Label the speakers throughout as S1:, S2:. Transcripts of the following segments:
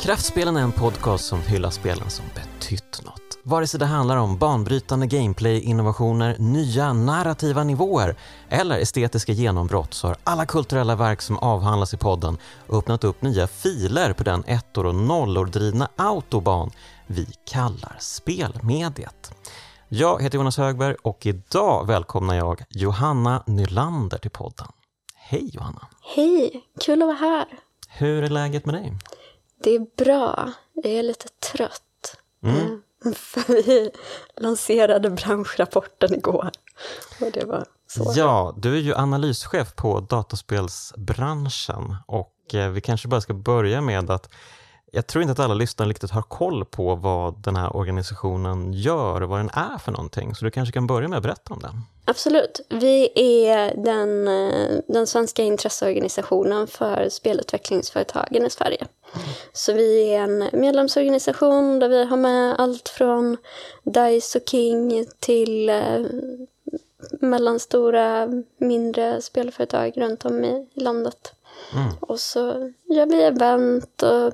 S1: Kraftspelen är en podcast som hyllar spelen som betytt något. Vare sig det handlar om banbrytande gameplay, innovationer, nya narrativa nivåer eller estetiska genombrott, så har alla kulturella verk som avhandlas i podden öppnat upp nya filer på den ettor och nollor drivna autobahn vi kallar spelmediet. Jag heter Jonas Högberg och idag välkomnar jag Johanna Nylander till podden. Hej Johanna!
S2: Hej, kul att vara här.
S1: Hur är läget med dig?
S2: Det är bra, jag är lite trött. För vi lanserade branschrapporten igår. Och det var så.
S1: Ja, du är ju analyschef på dataspelsbranschen och vi kanske bara ska börja med att jag tror inte att alla lyssnare riktigt har koll på vad den här organisationen gör och vad den är för någonting. Så du kanske kan börja med att berätta om den.
S2: Absolut. Vi är den svenska intresseorganisationen för spelutvecklingsföretagen i Sverige. Så vi är en medlemsorganisation där vi har med allt från DICE och King till mellanstora, mindre spelföretag runt om i landet. Och så gör vi event och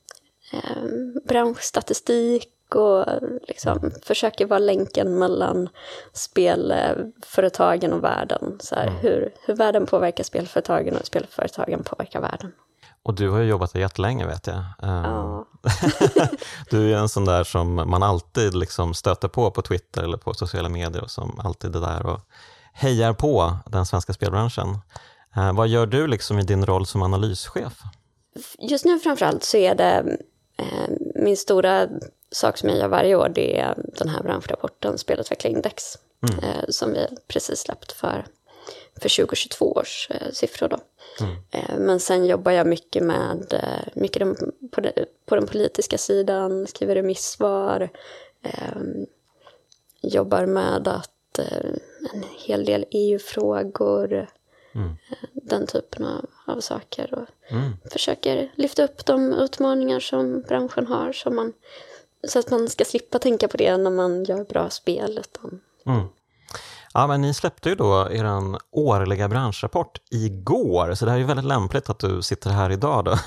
S2: branschstatistik och liksom försöker vara länken mellan spelföretagen och världen. Så här, hur världen påverkar spelföretagen och spelföretagen påverkar världen. Och
S1: du har ju jobbat där jättelänge, vet jag.
S2: Ja.
S1: Du är en sån där som man alltid liksom stöter på Twitter eller på sociala medier och som alltid är där och hejar på den svenska spelbranschen. Vad gör du liksom i din roll som analyschef?
S2: Just nu framförallt så är det min stora sak som jag gör varje år, det är den här branschrapporten Spelutvecklingindex som vi precis släppt för 2022 års siffror då. Men sen jobbar jag mycket med på den politiska sidan, skriver remissvar, jobbar med att en hel del EU-frågor, den typen av saker och försöker lyfta upp de utmaningar som branschen har så att man ska slippa tänka på det när man gör bra spel.
S1: Ja, men ni släppte ju då er årliga branschrapport igår, så det här är ju väldigt lämpligt att du sitter här idag då.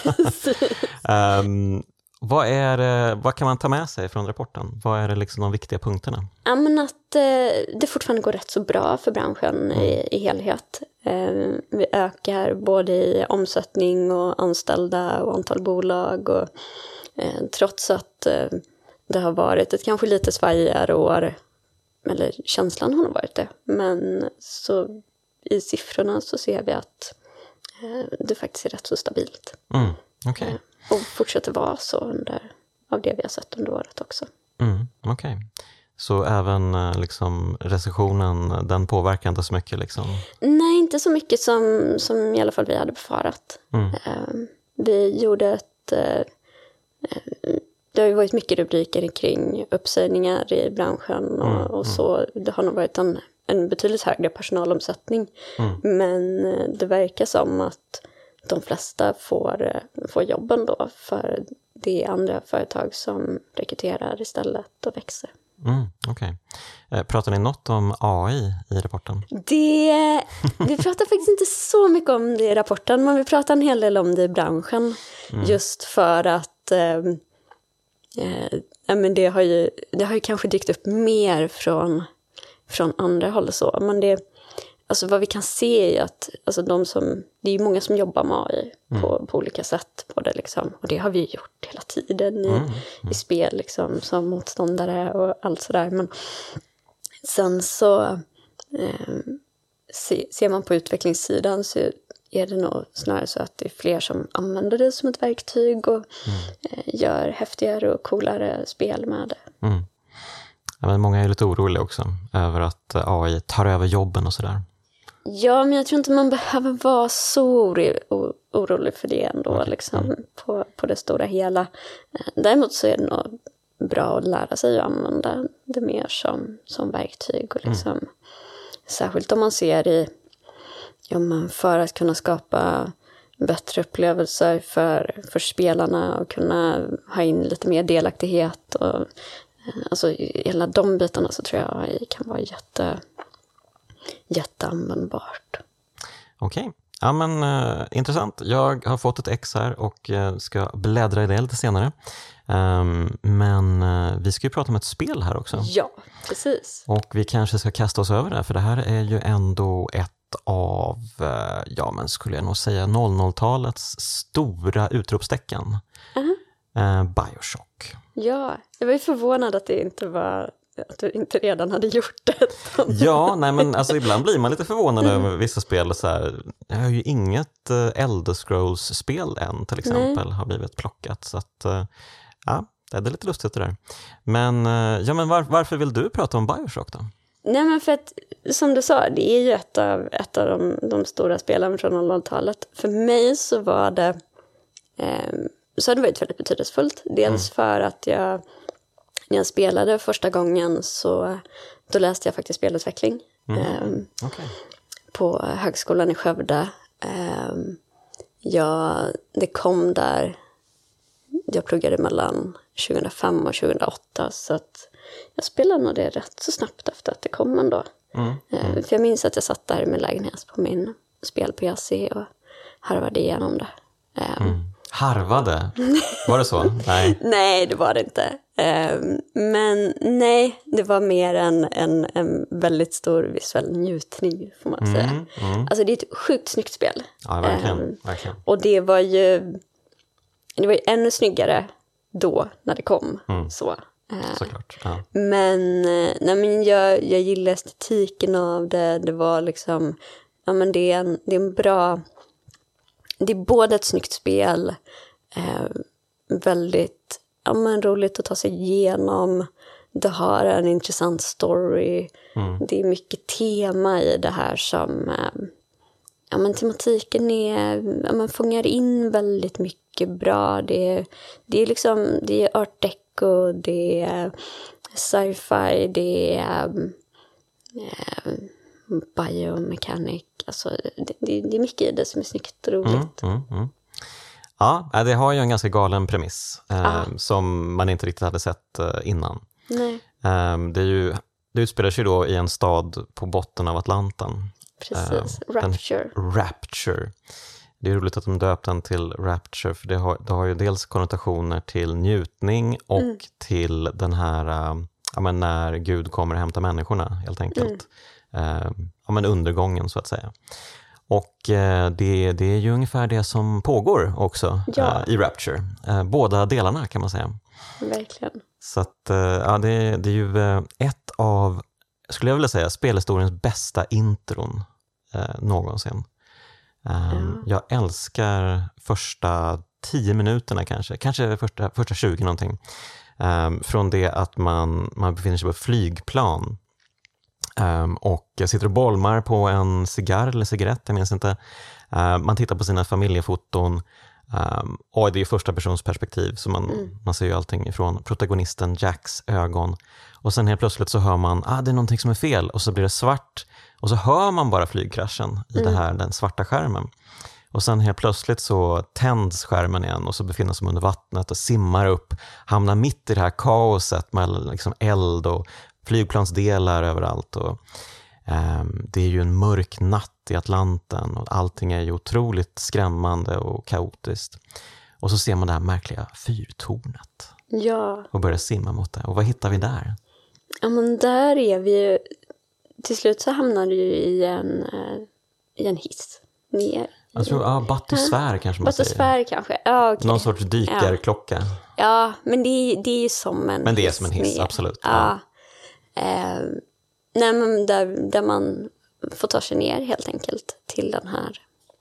S1: Vad kan man ta med sig från rapporten? Vad är det liksom de viktiga punkterna?
S2: Ja, men att det fortfarande går rätt så bra för branschen i helhet. Vi ökar både i omsättning och anställda och antal bolag. Och, trots att det har varit ett kanske lite svajigare år, eller känslan har nog varit det. Men så i siffrorna så ser vi att det faktiskt är rätt så stabilt.
S1: Okay.
S2: Och fortsätter vara så av det vi har sett under året också.
S1: Okej. Så även liksom recessionen, den påverkar inte så mycket liksom?
S2: Nej, inte så mycket som i alla fall vi hade befarat. Vi gjorde det har ju varit mycket rubriker kring uppsägningar i branschen och så. Det har nog varit en betydligt högre personalomsättning. Men det verkar som att de flesta får jobben då, för det är andra företag som rekryterar istället och växer.
S1: Okej. Pratar ni något om AI i rapporten?
S2: Vi pratar faktiskt inte så mycket om det i rapporten, men vi pratar en hel del om det i branschen. Just för att men det har ju kanske dykt upp mer från andra håll så. Men alltså vad vi kan se är att alltså det är många som jobbar med AI på olika sätt. Både liksom, och det har vi gjort hela tiden i spel liksom, som motståndare och allt sådär. Men sen så ser man på utvecklingssidan så är det nog snarare så att det är fler som använder det som ett verktyg och gör häftigare och coolare spel med det.
S1: Ja, men många är lite oroliga också över att AI tar över jobben och sådär.
S2: Ja, men jag tror inte man behöver vara så orolig för det ändå, liksom, på det stora hela. Däremot så är det nog bra att lära sig att använda det mer som verktyg. Och liksom, särskilt om man ser för att kunna skapa bättre upplevelser för spelarna och kunna ha in lite mer delaktighet. Och, alltså hela de bitarna så tror jag kan vara jätteanvändbart.
S1: Okej. Ja, men intressant. Jag har fått ett ex här och ska bläddra i det lite senare. Men vi ska ju prata om ett spel här också.
S2: Ja, precis.
S1: Och vi kanske ska kasta oss över det, för det här är ju ändå ett av, ja men skulle jag nog säga 00-talets stora utropstecken. BioShock.
S2: Ja, jag var ju förvånad att det inte var... Att du inte redan hade gjort det.
S1: Ja, nej men alltså ibland blir man lite förvånad över vissa spel. Så här, jag har ju inget Elder Scrolls-spel än till exempel har blivit plockat. Så att, ja, det är lite lustigt det där. Men, ja, men varför vill du prata om BioShock då?
S2: Nej, men för att, som du sa, det är ju ett av de stora spelen från 00-talet. För mig så var det... så har det varit väldigt betydelsefullt. Dels för att när jag spelade första gången då läste jag faktiskt spelutveckling på högskolan i Skövde. Det kom där, jag pluggade mellan 2005 och 2008, så att jag spelade nog det rätt så snabbt efter att det kom ändå. För jag minns att jag satt där i min lägenhet på min spel-PC och harvade igenom det.
S1: Harvade? Var det så? Nej.
S2: Nej, det var det inte. Men nej, det var mer en väldigt stor visuell njutning, får man säga. Alltså det är ett sjukt snyggt spel.
S1: Ja, verkligen. Verkligen.
S2: Och det var ju ännu snyggare då när det kom.
S1: Såklart. Ja.
S2: Men jag gillar estetiken av det. Det var liksom, ja men det är en bra... Det är både ett snyggt spel, väldigt roligt att ta sig igenom. Det har en intressant story. Det är mycket tema i det här som... tematiken är... man fångar in väldigt mycket bra. Det är art deco, det är sci-fi, det är... biomechanic, alltså det är mycket i det som är snyggt och roligt.
S1: Ja, det har ju en ganska galen premiss som man inte riktigt hade sett innan.
S2: Nej.
S1: Det utspelar sig då i en stad på botten av Atlanten.
S2: Precis, Rapture.
S1: Rapture. Det är roligt att de döpte den till Rapture, för det har ju dels konnotationer till njutning och till den här, när Gud kommer och hämtar människorna helt enkelt. Undergången så att säga. Och det är ju ungefär det som pågår också i Rapture. Båda delarna kan man säga.
S2: Verkligen.
S1: Så att det är ju ett av, skulle jag vilja säga, spelhistoriens bästa intron någonsin. Jag älskar första 10 minuterna kanske första 20 någonting. Från det att man befinner sig på ett flygplan och sitter och bolmar på en cigarr eller cigarett, jag minns inte. Man tittar på sina familjefoton och det är första persons perspektiv, så man ser ju allting ifrån protagonisten Jacks ögon. Och sen helt plötsligt så hör man det är någonting som är fel, och så blir det svart och så hör man bara flygkraschen i den svarta skärmen. Och sen helt plötsligt så tänds skärmen igen och så befinner sig under vattnet och simmar upp, hamnar mitt i det här kaoset med liksom eld och flygplansdelar överallt. Och, det är ju en mörk natt i Atlanten och allting är ju otroligt skrämmande och kaotiskt. Och så ser man det här märkliga fyrtornet.
S2: Ja.
S1: Och börjar simma mot det. Och vad hittar vi där?
S2: Ja, men där är vi ju... Till slut så hamnar du ju i en hiss ner.
S1: Jag tror, batosfär kanske man
S2: batosfär
S1: säger.
S2: kanske, ja, okay.
S1: Någon sorts dykarklocka.
S2: Ja, men det är ju som en hiss.
S1: Men det är som en hiss, absolut.
S2: Ja. Nej, men där man får ta sig ner helt enkelt till den här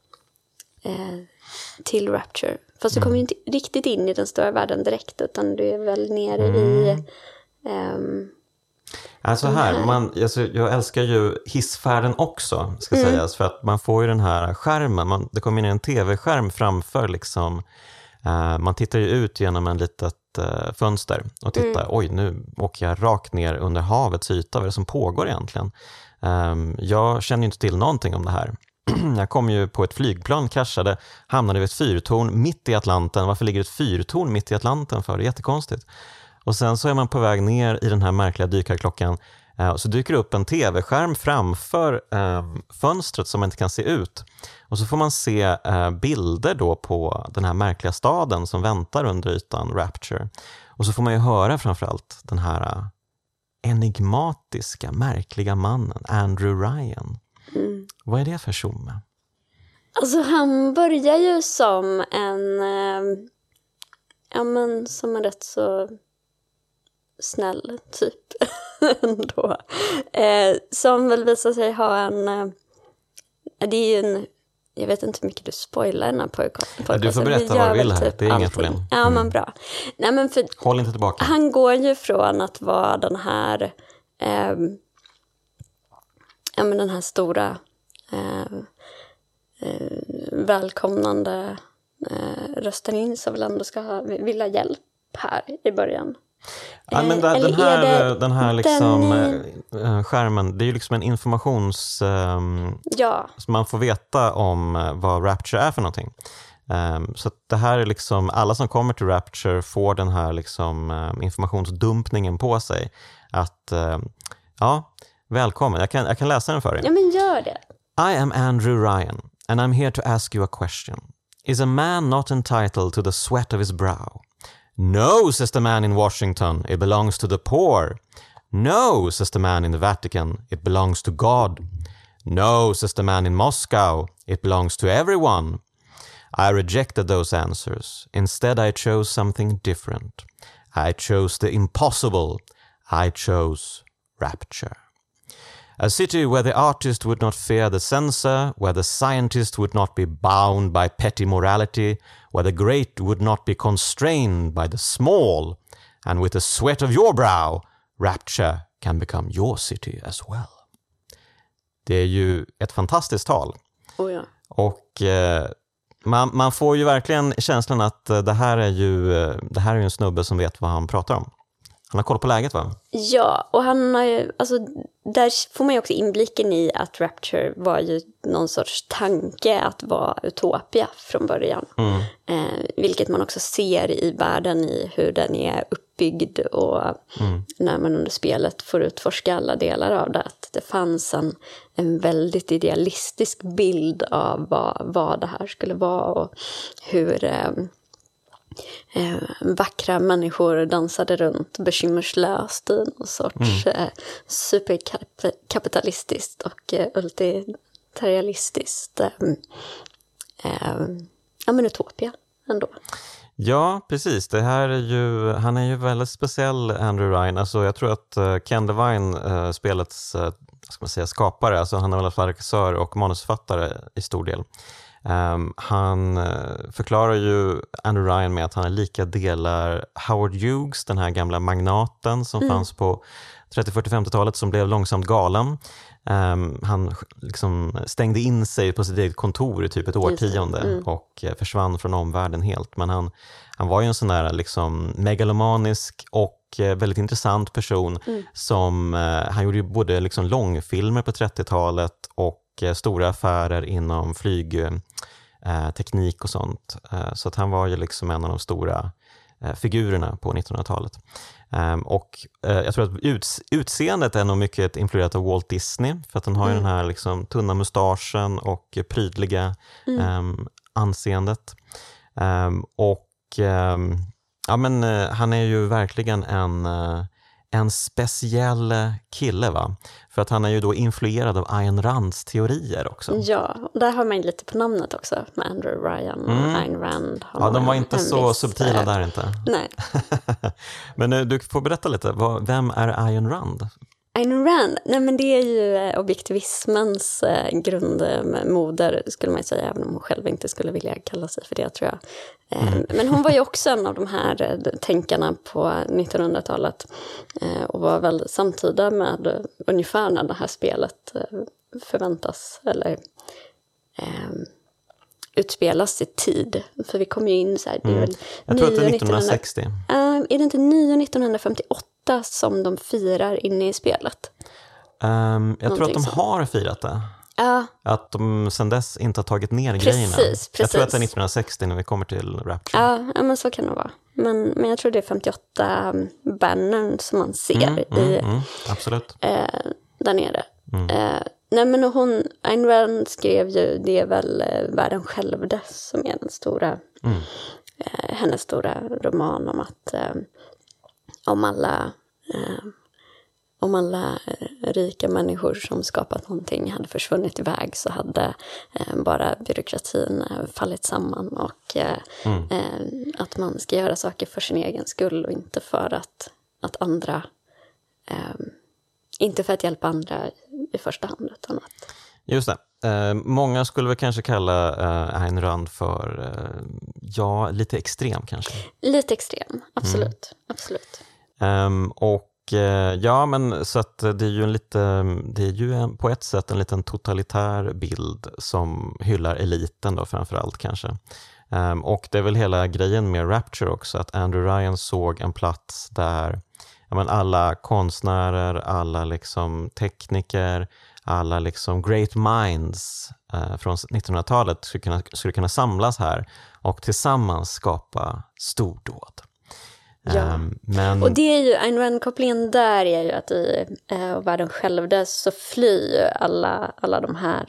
S2: till Rapture. Fast du kommer ju inte riktigt in i den stora världen direkt, utan du är väl nere i
S1: alltså jag älskar ju hissfärden också, ska sägas, för att man får ju den här skärmen, det kommer in en tv-skärm framför liksom, man tittar ju ut genom en litet fönster och tittar, oj, nu åker jag rakt ner under havets yta, vad är det som pågår egentligen? Jag känner ju inte till någonting om det här. Jag kom ju på ett flygplan, kraschade, hamnade vid ett fyrtorn mitt i Atlanten. Varför ligger ett fyrtorn mitt i Atlanten för? Det är jättekonstigt. Och sen så är man på väg ner i den här märkliga dykarklockan Så dyker det upp en tv-skärm framför fönstret som man inte kan se ut. Och så får man se bilder då på den här märkliga staden som väntar under ytan Rapture. Och så får man ju höra framförallt den här enigmatiska, märkliga mannen, Andrew Ryan. Vad är det för tjomme?
S2: Alltså han börjar ju som som en rätt så snäll typ ändå. Som väl visar sig ha det är ju jag vet inte hur mycket du spoilar den här podcasten.
S1: Du får berätta vad du vill här,
S2: typ
S1: det är inga problem.
S2: Ja, men bra. Nej, men för
S1: håll inte tillbaka.
S2: Han går ju från att vara den här den här stora välkomnande rösten in som väl ändå ska vilja hjälp här i början.
S1: Ja, men den här liksom skärmen, det är ju liksom en informations så man får veta om vad Rapture är för någonting. Så att det här är liksom, alla som kommer till Rapture får den här liksom informationsdumpningen på sig att välkommen, jag kan läsa den för dig.
S2: Ja, men gör det.
S1: I am Andrew Ryan and I'm here to ask you a question. Is a man not entitled to the sweat of his brow? No, says the man in Washington, it belongs to the poor. No, says the man in the Vatican, it belongs to God. No, says the man in Moscow, it belongs to everyone. I rejected those answers. Instead, I chose something different. I chose the impossible. I chose Rapture. A city where the artist would not fear the censor, where the scientist would not be bound by petty morality, where the great would not be constrained by the small, and with the sweat of your brow, Rapture can become your city as well. Det är ju ett fantastiskt tal.
S2: Oh ja.
S1: Och man får ju verkligen känslan att det här är ju en snubbe som vet vad han pratar om. Han har koll på läget, va?
S2: Ja, och han har ju, alltså, där får man ju också inblicken i att Rapture var ju någon sorts tanke att vara utopia från början. Vilket man också ser i världen, i hur den är uppbyggd och när man under spelet får utforska alla delar av det. Att det fanns en väldigt idealistisk bild av vad det här skulle vara och hur vackra människor dansade runt bekymmerslöst i någon sorts superkapitalistiskt och ultratarialistiskt utopia ändå.
S1: Ja, precis. Det här är ju, han är ju väldigt speciell, Andrew Ryan. Alltså, jag tror att Ken Levine, spelets skapare, alltså han är väl regissör och manusförfattare i stor del. Han förklarar ju Andrew Ryan med att han är lika delar Howard Hughes, den här gamla magnaten som fanns på 30-40-50-talet som blev långsamt galen. Han liksom stängde in sig på sitt eget kontor i typ ett årtionde och försvann från omvärlden helt. Men han var ju en sån där liksom megalomanisk och väldigt intressant person som han gjorde ju både liksom långfilmer på 30-talet och stora affärer inom flygteknik och sånt. Så att han var ju liksom en av de stora figurerna på 1900-talet. Och jag tror att utseendet är nog mycket influerat av Walt Disney, för att han har ju den här liksom tunna mustaschen och prydliga anseendet. Han är ju verkligen en speciell kille, va? För att han är ju då influerad av Ayn Rands teorier också.
S2: Ja, och där har man ju lite på namnet också med Andrew Ryan och Ayn Rand.
S1: Ja, de var inte så subtila där inte.
S2: Nej.
S1: Men du får berätta lite, vem är Ayn Rand?
S2: Ayn Rand, nej men det är ju objektivismens grundmoder skulle man säga, även om hon själv inte skulle vilja kalla sig för det, tror jag. Men hon var ju också en av de här tänkarna på 1900-talet och var väl samtida med ungefär när det här spelet förväntas eller utspelas i tid. För vi kommer ju in så här, det är väl
S1: jag tror att det är 1960.
S2: Är det inte 1958 som de firar inne i spelet?
S1: Jag tror att de har firat det. Att de sedan dess inte har tagit ner grejerna.
S2: Precis.
S1: Jag tror att det är 1960 när vi kommer till Rapture.
S2: Ja, men så kan det vara. Men jag tror det är 58 bannern som man ser
S1: absolut.
S2: Där nere. Nej, men Ayn Rand skrev ju, det är väl Världen själv som är den stora, hennes stora roman om att om alla rika människor som skapat någonting hade försvunnit iväg, så hade bara byråkratin fallit samman, och att man ska göra saker för sin egen skull och inte för att andra, inte för att hjälpa andra i första hand, utan att...
S1: Just det. Många skulle väl kanske kalla Ayn Rand för, lite extrem kanske.
S2: Lite extrem, absolut. Absolut.
S1: Och men så att det är ju på ett sätt en liten totalitär bild som hyllar eliten då framförallt kanske. Och det är väl hela grejen med Rapture också, att Andrew Ryan såg en plats där alla konstnärer, alla liksom tekniker, alla liksom great minds från 1900-talet skulle kunna samlas här och tillsammans skapa stordåd.
S2: Ja, och det är ju Ayn Rand-kopplingen där, är ju att i Världen själv så flyr alla de här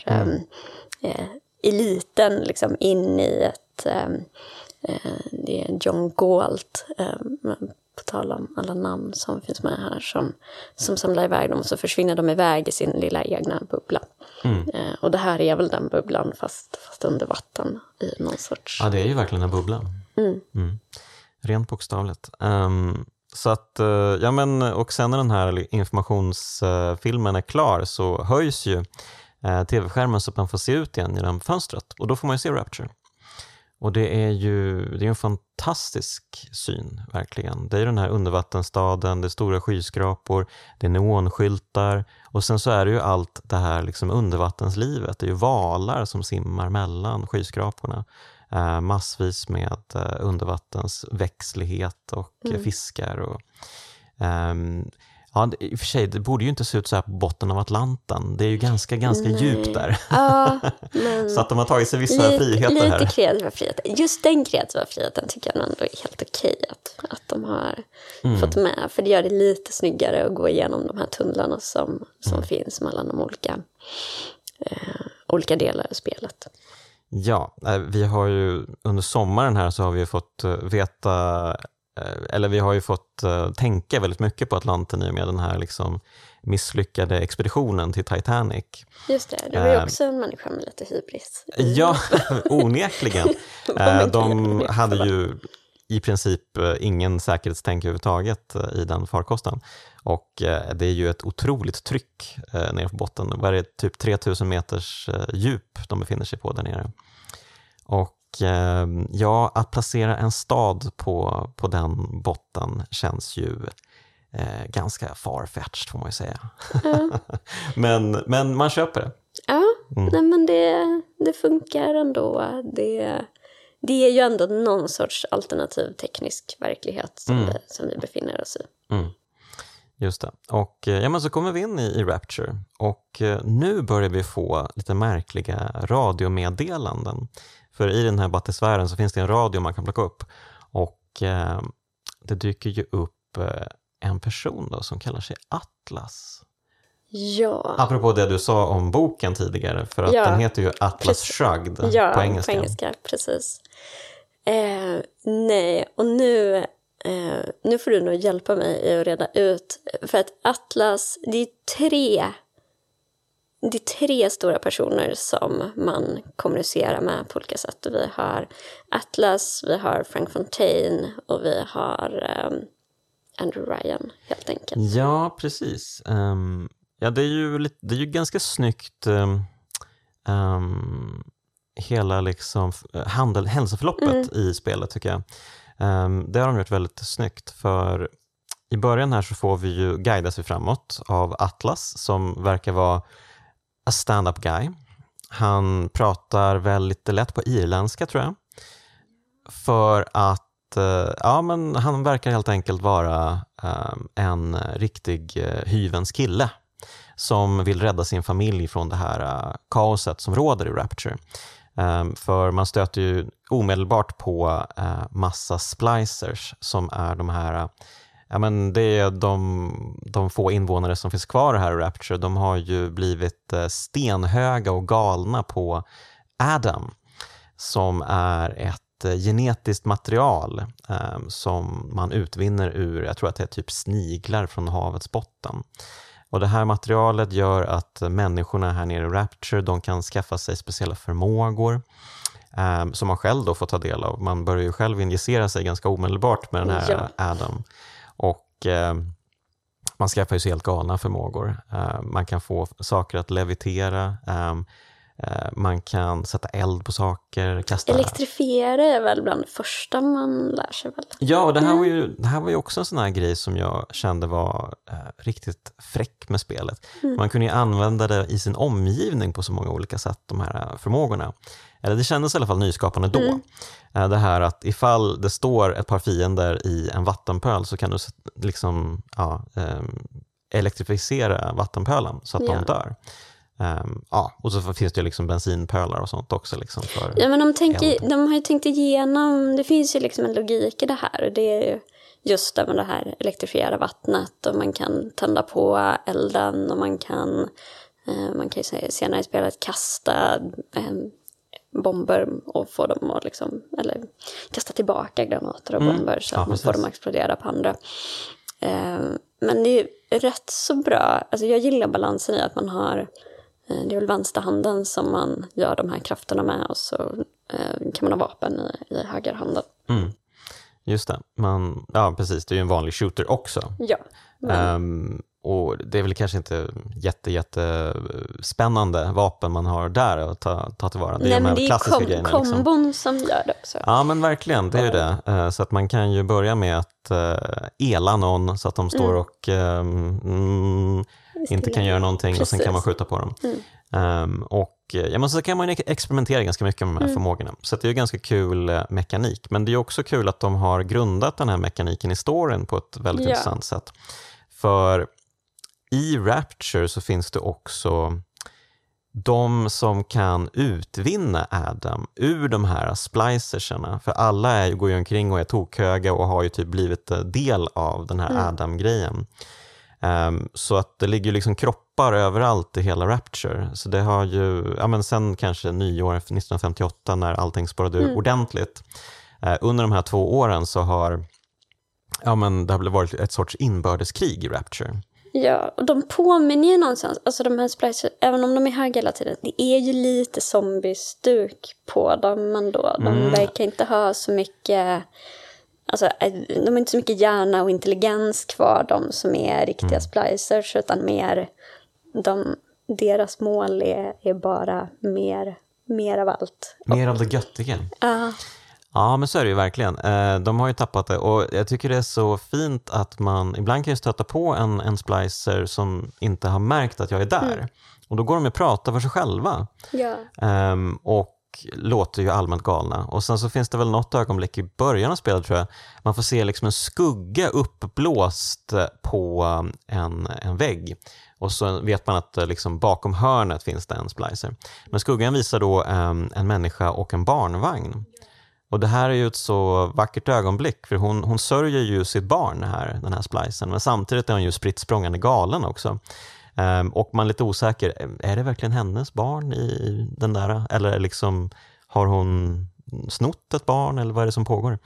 S2: eliten liksom in i ett det är John Galt, på tal om alla namn som finns med här, som samlar iväg dem, och så försvinner de iväg i sin lilla egna bubbla. Och det här är väl den bubblan fast under vatten i någon sorts...
S1: Ja, det är ju verkligen en bubbla. Rent bokstavligt. Så att, och sen när den här informationsfilmen är klar så höjs ju tv-skärmen så att man får se ut igen genom fönstret. Och då får man ju se Rapture. Och det är en fantastisk syn, verkligen. Det är ju den här undervattensstaden, det är stora skyskrapor, det är neonskyltar. Och sen så är det ju allt det här liksom undervattenslivet. Det är ju valar som simmar mellan skyskraporna. Massvis med undervattensväxtlighet och fiskar. Och, i och för sig, det borde ju inte se ut så här på botten av Atlanten. Det är ju ganska djupt där.
S2: Ja, men
S1: så att de har tagit sig vissa friheter här.
S2: Lite kreativa friheter. Just den kreativa friheten tycker jag ändå är helt okej att de har fått med. För det gör det lite snyggare att gå igenom de här tunnlarna som finns mellan de olika delar av spelet.
S1: Ja, vi har ju under sommaren här så har vi fått veta, eller vi har ju fått tänka väldigt mycket på Atlanten i och med den här liksom misslyckade expeditionen till Titanic.
S2: Just det var ju också en människa med lite hybris.
S1: Ja, onekligen. De hade ju i princip ingen säkerhetstänk överhuvudtaget i den farkosten. Och det är ju ett otroligt tryck nere på botten. Det är typ 3000 meters djup de befinner sig på där nere. Och att placera en stad på den botten känns ju ganska farfetched, får man ju säga. men man köper det.
S2: Ja, nej, men det funkar ändå. Det är ju ändå någon sorts alternativ teknisk verklighet som vi befinner oss i.
S1: Just det. Och men så kommer vi in i Rapture. Och nu börjar vi få lite märkliga radiomeddelanden. För i den här battisfären så finns det en radio man kan plocka upp. Och det dyker ju upp en person då som kallar sig Atlas.
S2: Ja.
S1: Apropå det du sa om boken tidigare. För att den heter ju Atlas Shrugged på engelska.
S2: Ja, på engelska, precis. Nej, och nu får du nog hjälpa mig att reda ut. För att Atlas, det är tre stora personer som man kommunicerar med på olika sätt. Vi har Atlas, vi har Frank Fontaine och vi har Andrew Ryan, helt enkelt.
S1: Ja, precis. Det är ju ganska snyggt hela liksom händelseförloppet i spelet, tycker jag. Det har de gjort väldigt snyggt, för i början här så får vi ju guidas framåt av Atlas som verkar vara a stand-up guy. Han pratar väldigt lätt på irländska, tror jag. För att han verkar helt enkelt vara en riktig hyvens kille som vill rädda sin familj från det här kaoset som råder i Rapture. För man stöter ju omedelbart på massa splicers som är de här, ja men det är de få invånare som finns kvar här i Rapture. De har ju blivit stenhöga och galna på Adam, som är ett genetiskt material som man utvinner ur, jag tror att det är typ sniglar från havets botten. Och det här materialet gör att människorna här nere i Rapture, de kan skaffa sig speciella förmågor som man själv då får ta del av. Man börjar ju själv injicera sig ganska omedelbart med den här Adam. Och man skaffar ju sig helt galna förmågor. Man kan få saker att levitera. Man kan sätta eld på saker, kasta...
S2: Elektrifiera är väl bland det första man lär sig väl?
S1: Ja, och det här var ju också en sån här grej som jag kände var riktigt fräck med spelet. Man kunde ju använda det i sin omgivning på så många olika sätt, de här förmågorna. Eller det kändes i alla fall nyskapande då. Det här att ifall det står ett par fiender i en vattenpöl så kan du liksom elektrifiera vattenpölen så att de dör. Och så finns det ju liksom bensinpölar och sånt också liksom för
S2: ja, men de har ju tänkt igenom, det finns ju liksom en logik i det här, det är ju just det här elektrifiera vattnet, och man kan tända på elden, och man kan ju senare i spelet kasta bomber och få dem att liksom, eller kasta tillbaka granater och bomber så att man får dem att explodera på andra. Men det är ju rätt så bra, alltså jag gillar balansen i att man har, det är väl vänsterhanden som man gör de här krafterna med, och så kan man ha vapen i högerhanden.
S1: Just det, ja precis, det är ju en vanlig shooter också.
S2: Ja.
S1: Och det är väl kanske inte jättespännande vapen man har där att ta tillvara.
S2: Det är de här klassiska grejerna. Det är kombon som gör det också.
S1: Ja, men verkligen, det är ju det. Så att man kan ju börja med att ela någon så att de står och inte kan göra någonting. Precis. Och sen kan man skjuta på dem. Så kan man experimentera ganska mycket med de här förmågorna. Så det är ju ganska kul mekanik. Men det är ju också kul att de har grundat den här mekaniken i storyn på ett väldigt intressant sätt. För i Rapture så finns det också de som kan utvinna Adam ur de här splicerserna. För alla går ju omkring och är tokhöga och har ju typ blivit del av den här Adam-grejen. Så att det ligger liksom kroppar överallt i hela Rapture. Så det har ju, sen kanske nyår 1958 när allting spårade ur ordentligt. Under de här 2 åren så har det har varit ett sorts inbördeskrig i Rapture.
S2: Ja, och de påminner ju någonstans, alltså de här splicers, även om de är höga hela tiden, det är ju lite zombiestuk på dem ändå. De verkar inte ha så mycket, alltså de har inte så mycket hjärna och intelligens kvar, de som är riktiga splicers, utan mer, deras mål är bara mer av allt.
S1: Mer av det göttiga. Ja, men så är det ju verkligen. De har ju tappat det, och jag tycker det är så fint att man ibland kan ju stöta på en splicer som inte har märkt att jag är där. Och då går de och pratar för sig själva.
S2: Ja.
S1: Och låter ju allmänt galna. Och sen så finns det väl något ögonblick i början av spelet, tror jag. Man får se liksom en skugga uppblåst på en vägg. Och så vet man att liksom bakom hörnet finns det en splicer. Men skuggan visar då en människa och en barnvagn. Och det här är ju ett så vackert ögonblick, för hon sörjer ju sitt barn här, den här splicen. Men samtidigt är hon ju spritt språngande galen också. Och man är lite osäker, är det verkligen hennes barn i den där? Eller liksom, har hon snott ett barn, eller vad är det som pågår?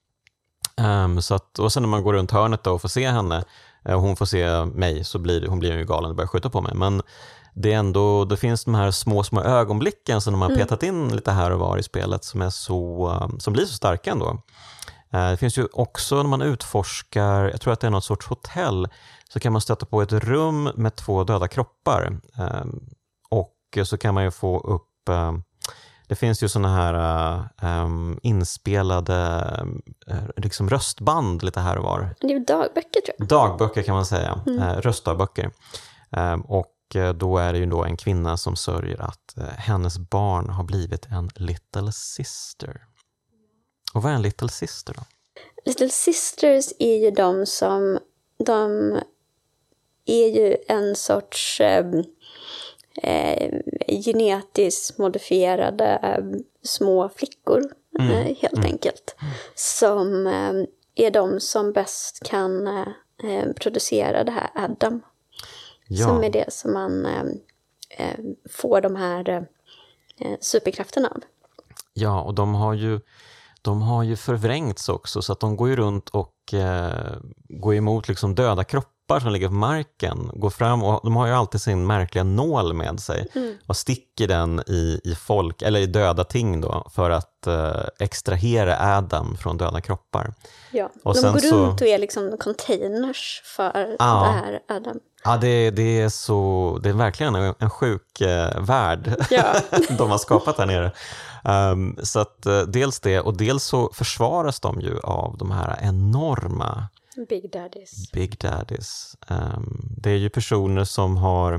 S1: Så att, och sen när man går runt hörnet då och får se henne, och hon får se mig, så blir hon ju galen och börjar skjuta på mig. Men det finns de här små ögonblicken som de har petat in lite här och var i spelet som blir så starka ändå. Det finns ju också, när man utforskar, jag tror att det är något sorts hotell, så kan man stöta på ett rum med 2 döda kroppar. Och så kan man ju få upp, det finns ju såna här inspelade liksom röstband lite här och var.
S2: Det är ju dagböcker, tror jag.
S1: Dagböcker kan man säga, röstdagböcker. Och då är det ju då en kvinna som sörjer att hennes barn har blivit en little sister. Och vad är en little sister då?
S2: Little sisters är ju de är ju en sorts, genetiskt modifierade små flickor helt enkelt. Som är de som bäst kan producera det här Adam.
S1: Ja.
S2: Som är det som man får de här superkrafterna av.
S1: Ja, och de har ju förvrängts också, så att de går ju runt och går emot liksom döda kroppar som ligger på marken, går fram, och de har ju alltid sin märkliga nål med sig och sticker den i folk, eller i döda ting då, för att extrahera Adam från döda kroppar.
S2: Ja,
S1: och
S2: de
S1: sen
S2: går
S1: så,
S2: runt och är liksom containers för det här Adam.
S1: Ja, det är verkligen en sjuk värld de har skapat här nere. Så att dels det, och dels så försvaras de ju av de här enorma Big Daddies. Det är ju personer som har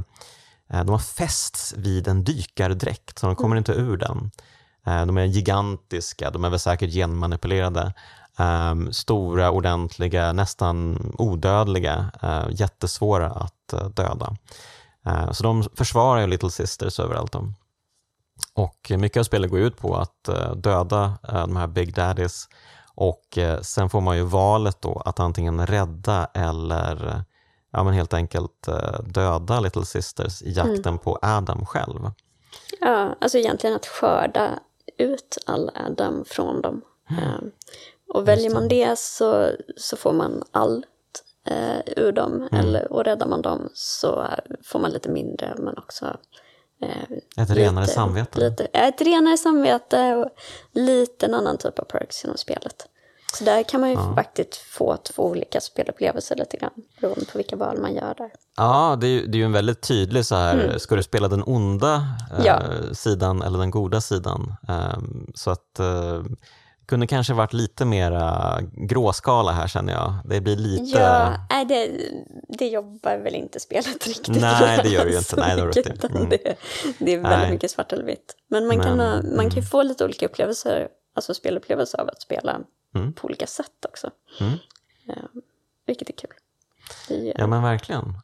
S1: fästs vid en dykardräkt, så de kommer inte ur den. De är gigantiska, de är väl säkert genmanipulerade. Stora, ordentliga, nästan odödliga, jättesvåra att döda. Så de försvarar ju Little Sisters överallt dem. Och mycket av spelet går ut på att döda de här Big Daddies, och sen får man ju valet då att antingen rädda eller men helt enkelt döda Little Sisters i jakten på Adam själv.
S2: Ja, alltså egentligen att skörda ut all Adam från dem. Och väljer man det så får man allt ur dem, och räddar man dem så får man lite mindre, men också
S1: ett renare samvete.
S2: Ett renare samvete och lite en annan typ av perks inom spelet. Så där kan man ju faktiskt få 2 olika spelupplevelser lite grann, beroende på vilka val man gör där.
S1: Ja, det är ju en väldigt tydlig så här, ska du spela den onda sidan eller den goda sidan? Så att kunde kanske varit lite mera gråskala här, känner jag. Det blir lite...
S2: Ja, det jobbar väl inte spelet riktigt.
S1: Nej, det gör det ju inte. Nej,
S2: det är väldigt mycket svart eller vitt. Men man kan ju få lite olika upplevelser, alltså spelupplevelser av att spela på olika sätt också. Vilket är kul.
S1: Ja, men verkligen.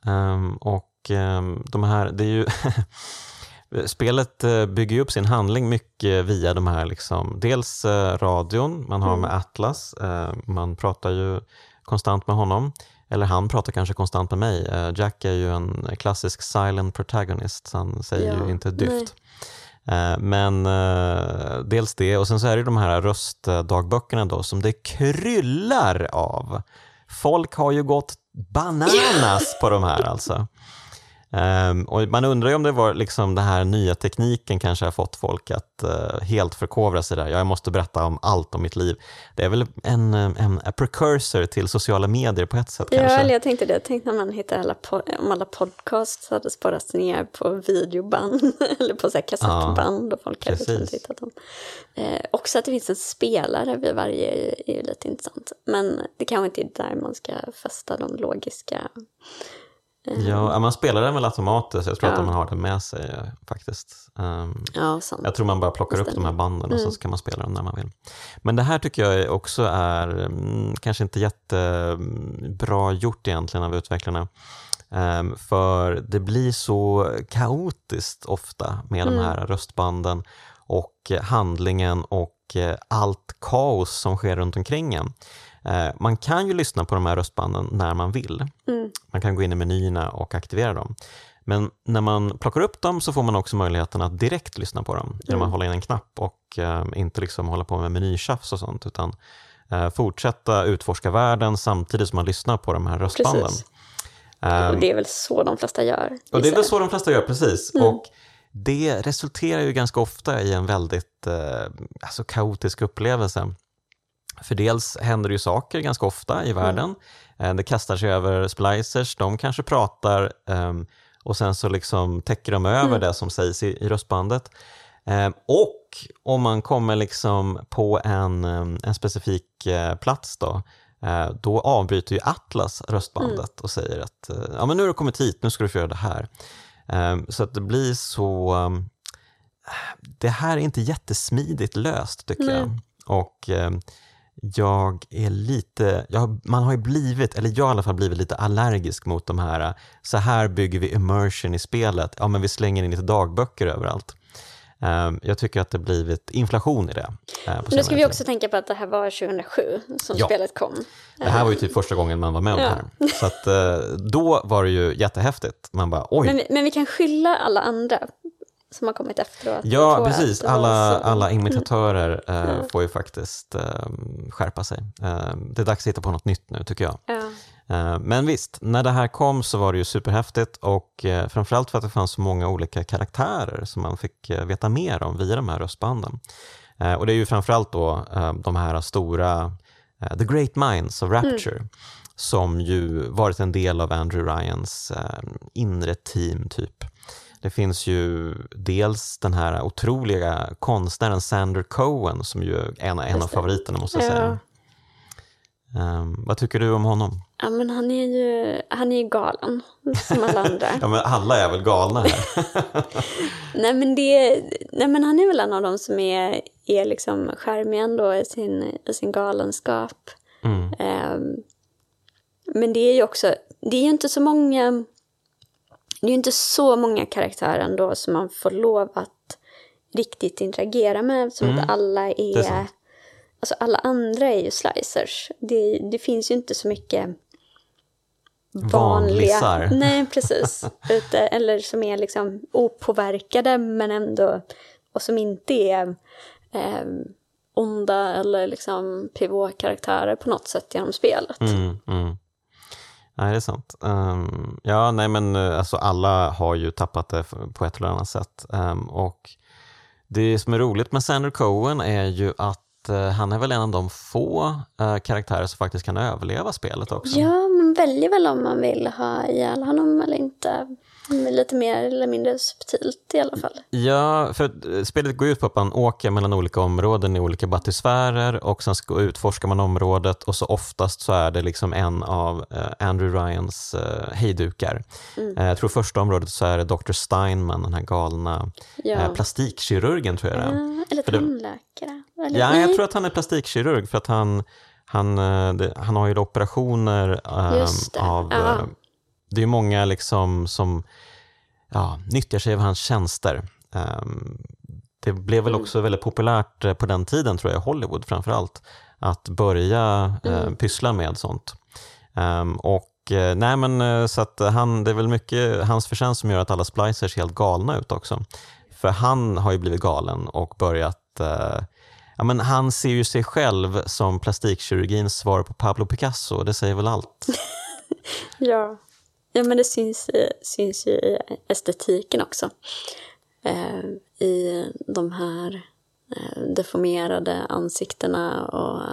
S1: De här, det är ju... Spelet bygger ju upp sin handling mycket via de här liksom, dels radion man har med Atlas, man pratar ju konstant med honom, eller han pratar kanske konstant med mig. Jack är ju en klassisk silent protagonist, så han säger ju inte dyft. Men dels det, och sen så är det de här röstdagböckerna då som det kryllar av. Folk har ju gått bananas på de här alltså. Och man undrar ju om det var liksom den här nya tekniken kanske har fått folk att helt förkovra sig där. Jag måste berätta om allt om mitt liv. Det är väl en precursor till sociala medier på ett sätt kanske.
S2: Ja, jag tänkte det. Jag tänkte när man hittar om alla podcasts hade sparats ner på videoband eller på så här kassettband, och folk hade liksom tittat dem. Också att det finns en spelare vid varje är ju lite intressant. Men det kanske inte är där man ska fästa de logiska...
S1: Ja, man spelar den väl automatiskt. Jag tror att man har det med sig faktiskt.
S2: Sant.
S1: Jag tror man bara plockar upp de här banden och så kan man spela dem när man vill. Men det här tycker jag också är kanske inte jättebra gjort egentligen av utvecklarna. För det blir så kaotiskt ofta med de här röstbanden och handlingen och allt kaos som sker runt omkring en. Man kan ju lyssna på de här röstbanden när man vill. Man kan gå in i menyerna och aktivera dem. Men när man plockar upp dem så får man också möjligheten att direkt lyssna på dem genom att hålla in en knapp och inte liksom hålla på med menytjafs och sånt, utan fortsätta utforska världen samtidigt som man lyssnar på de här röstbanden.
S2: Och det är väl så de flesta gör.
S1: Och det är väl så de flesta gör, precis. Och det resulterar ju ganska ofta i en väldigt kaotisk upplevelse. För dels händer det ju saker ganska ofta i världen. Det kastar sig över splicers, de kanske pratar och sen så liksom täcker de över det som sägs i röstbandet. Och om man kommer liksom på en specifik plats då avbryter ju Atlas röstbandet och säger att men nu har du kommit hit, nu ska du få göra det här. Så att det blir så... Det här är inte jättesmidigt löst tycker jag. Och man har ju blivit, eller jag har i alla fall blivit lite allergisk mot de här, så här bygger vi immersion i spelet. Ja, men vi slänger in lite dagböcker överallt. Jag tycker att det blivit inflation i det.
S2: Nu ska vi också tänka på att det här var 2007 som spelet kom.
S1: Det här var ju typ första gången man var med om det här. Så att då var det ju jättehäftigt. Man bara, oj.
S2: Men vi kan skylla alla andra som har kommit efteråt.
S1: Ja, precis. Alla imitatörer får ju faktiskt skärpa sig. Det är dags att hitta på något nytt nu, tycker jag.
S2: Ja.
S1: Men visst, när det här kom så var det ju superhäftigt, och framförallt för att det fanns så många olika karaktärer som man fick veta mer om via de här röstbanden. Och det är ju framförallt då de här stora The Great Minds of Rapture, som ju varit en del av Andrew Ryans inre team typ. Det finns ju dels den här otroliga konstnären Sander Cohen, som ju är en av favoriterna, måste jag säga. Vad tycker du om honom?
S2: Ja, men han är ju galen, som alla andra.
S1: Ja, men alla är väl galna här.
S2: Nej, men han är väl en av dem som är liksom charmig ändå i sin galenskap. Men det är ju också, det är ju inte så många... Det är ju inte så många karaktärer ändå som man får lov att riktigt interagera med. Som att alla är alltså alla andra är ju slicers. Det finns ju inte så mycket vanliga. Nej, precis. Eller som är liksom opåverkade men ändå, och som inte är onda eller liksom pivot-karaktärer på något sätt genom spelet.
S1: Nej, det är sant. Ja, nej, men alltså alla har ju tappat det på ett eller annat sätt. Och det som är roligt med Sander Cohen är ju att han är väl en av de få karaktärer som faktiskt kan överleva spelet också.
S2: Ja, man väljer väl om man vill ha ihjäl honom eller inte. Lite mer eller mindre subtilt i alla fall.
S1: Ja, för spelet går ut på att man åker mellan olika områden i olika batysfärer, och sen utforskar man området, och så oftast så är det liksom en av Andrew Ryans hejdukar. Jag tror första området så är det Dr. Steinman, den här galna plastikkirurgen, tror jag det är.
S2: Eller tandläkare.
S1: Ja, jag tror att han är plastikkirurg, för att han har ju operationer av... Det är ju många liksom som nyttjar sig av hans tjänster. Det blev väl också väldigt populärt på den tiden, tror jag, i Hollywood framförallt, att börja pyssla med sånt. Så att det är väl mycket hans förtjänst som gör att alla splicers ser helt galna ut också. För han har ju blivit galen och börjat... han ser ju sig själv som plastikkirurgins svar på Pablo Picasso. Det säger väl allt.
S2: Ja, men det syns ju i estetiken också. I de här deformerade ansiktena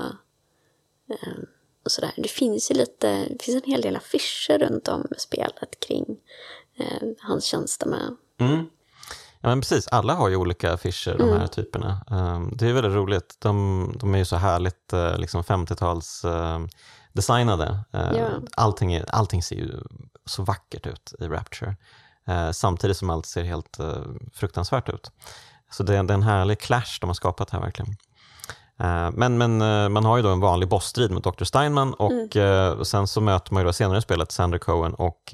S2: och sådär. Det finns en hel del affischer runt om spelet kring hans tjänster med.
S1: Ja, men precis. Alla har ju olika affischer, de här typerna. Det är väldigt roligt. De är ju så härligt liksom 50-tals designade. Allting ser ju så vackert ut i Rapture. Samtidigt som allt ser helt fruktansvärt ut. Så det är en härlig clash de har skapat här verkligen. Men man har ju då en vanlig bossstrid mot Dr. Steinman, och sen så möter man ju då senare i spelet Sander Cohen, och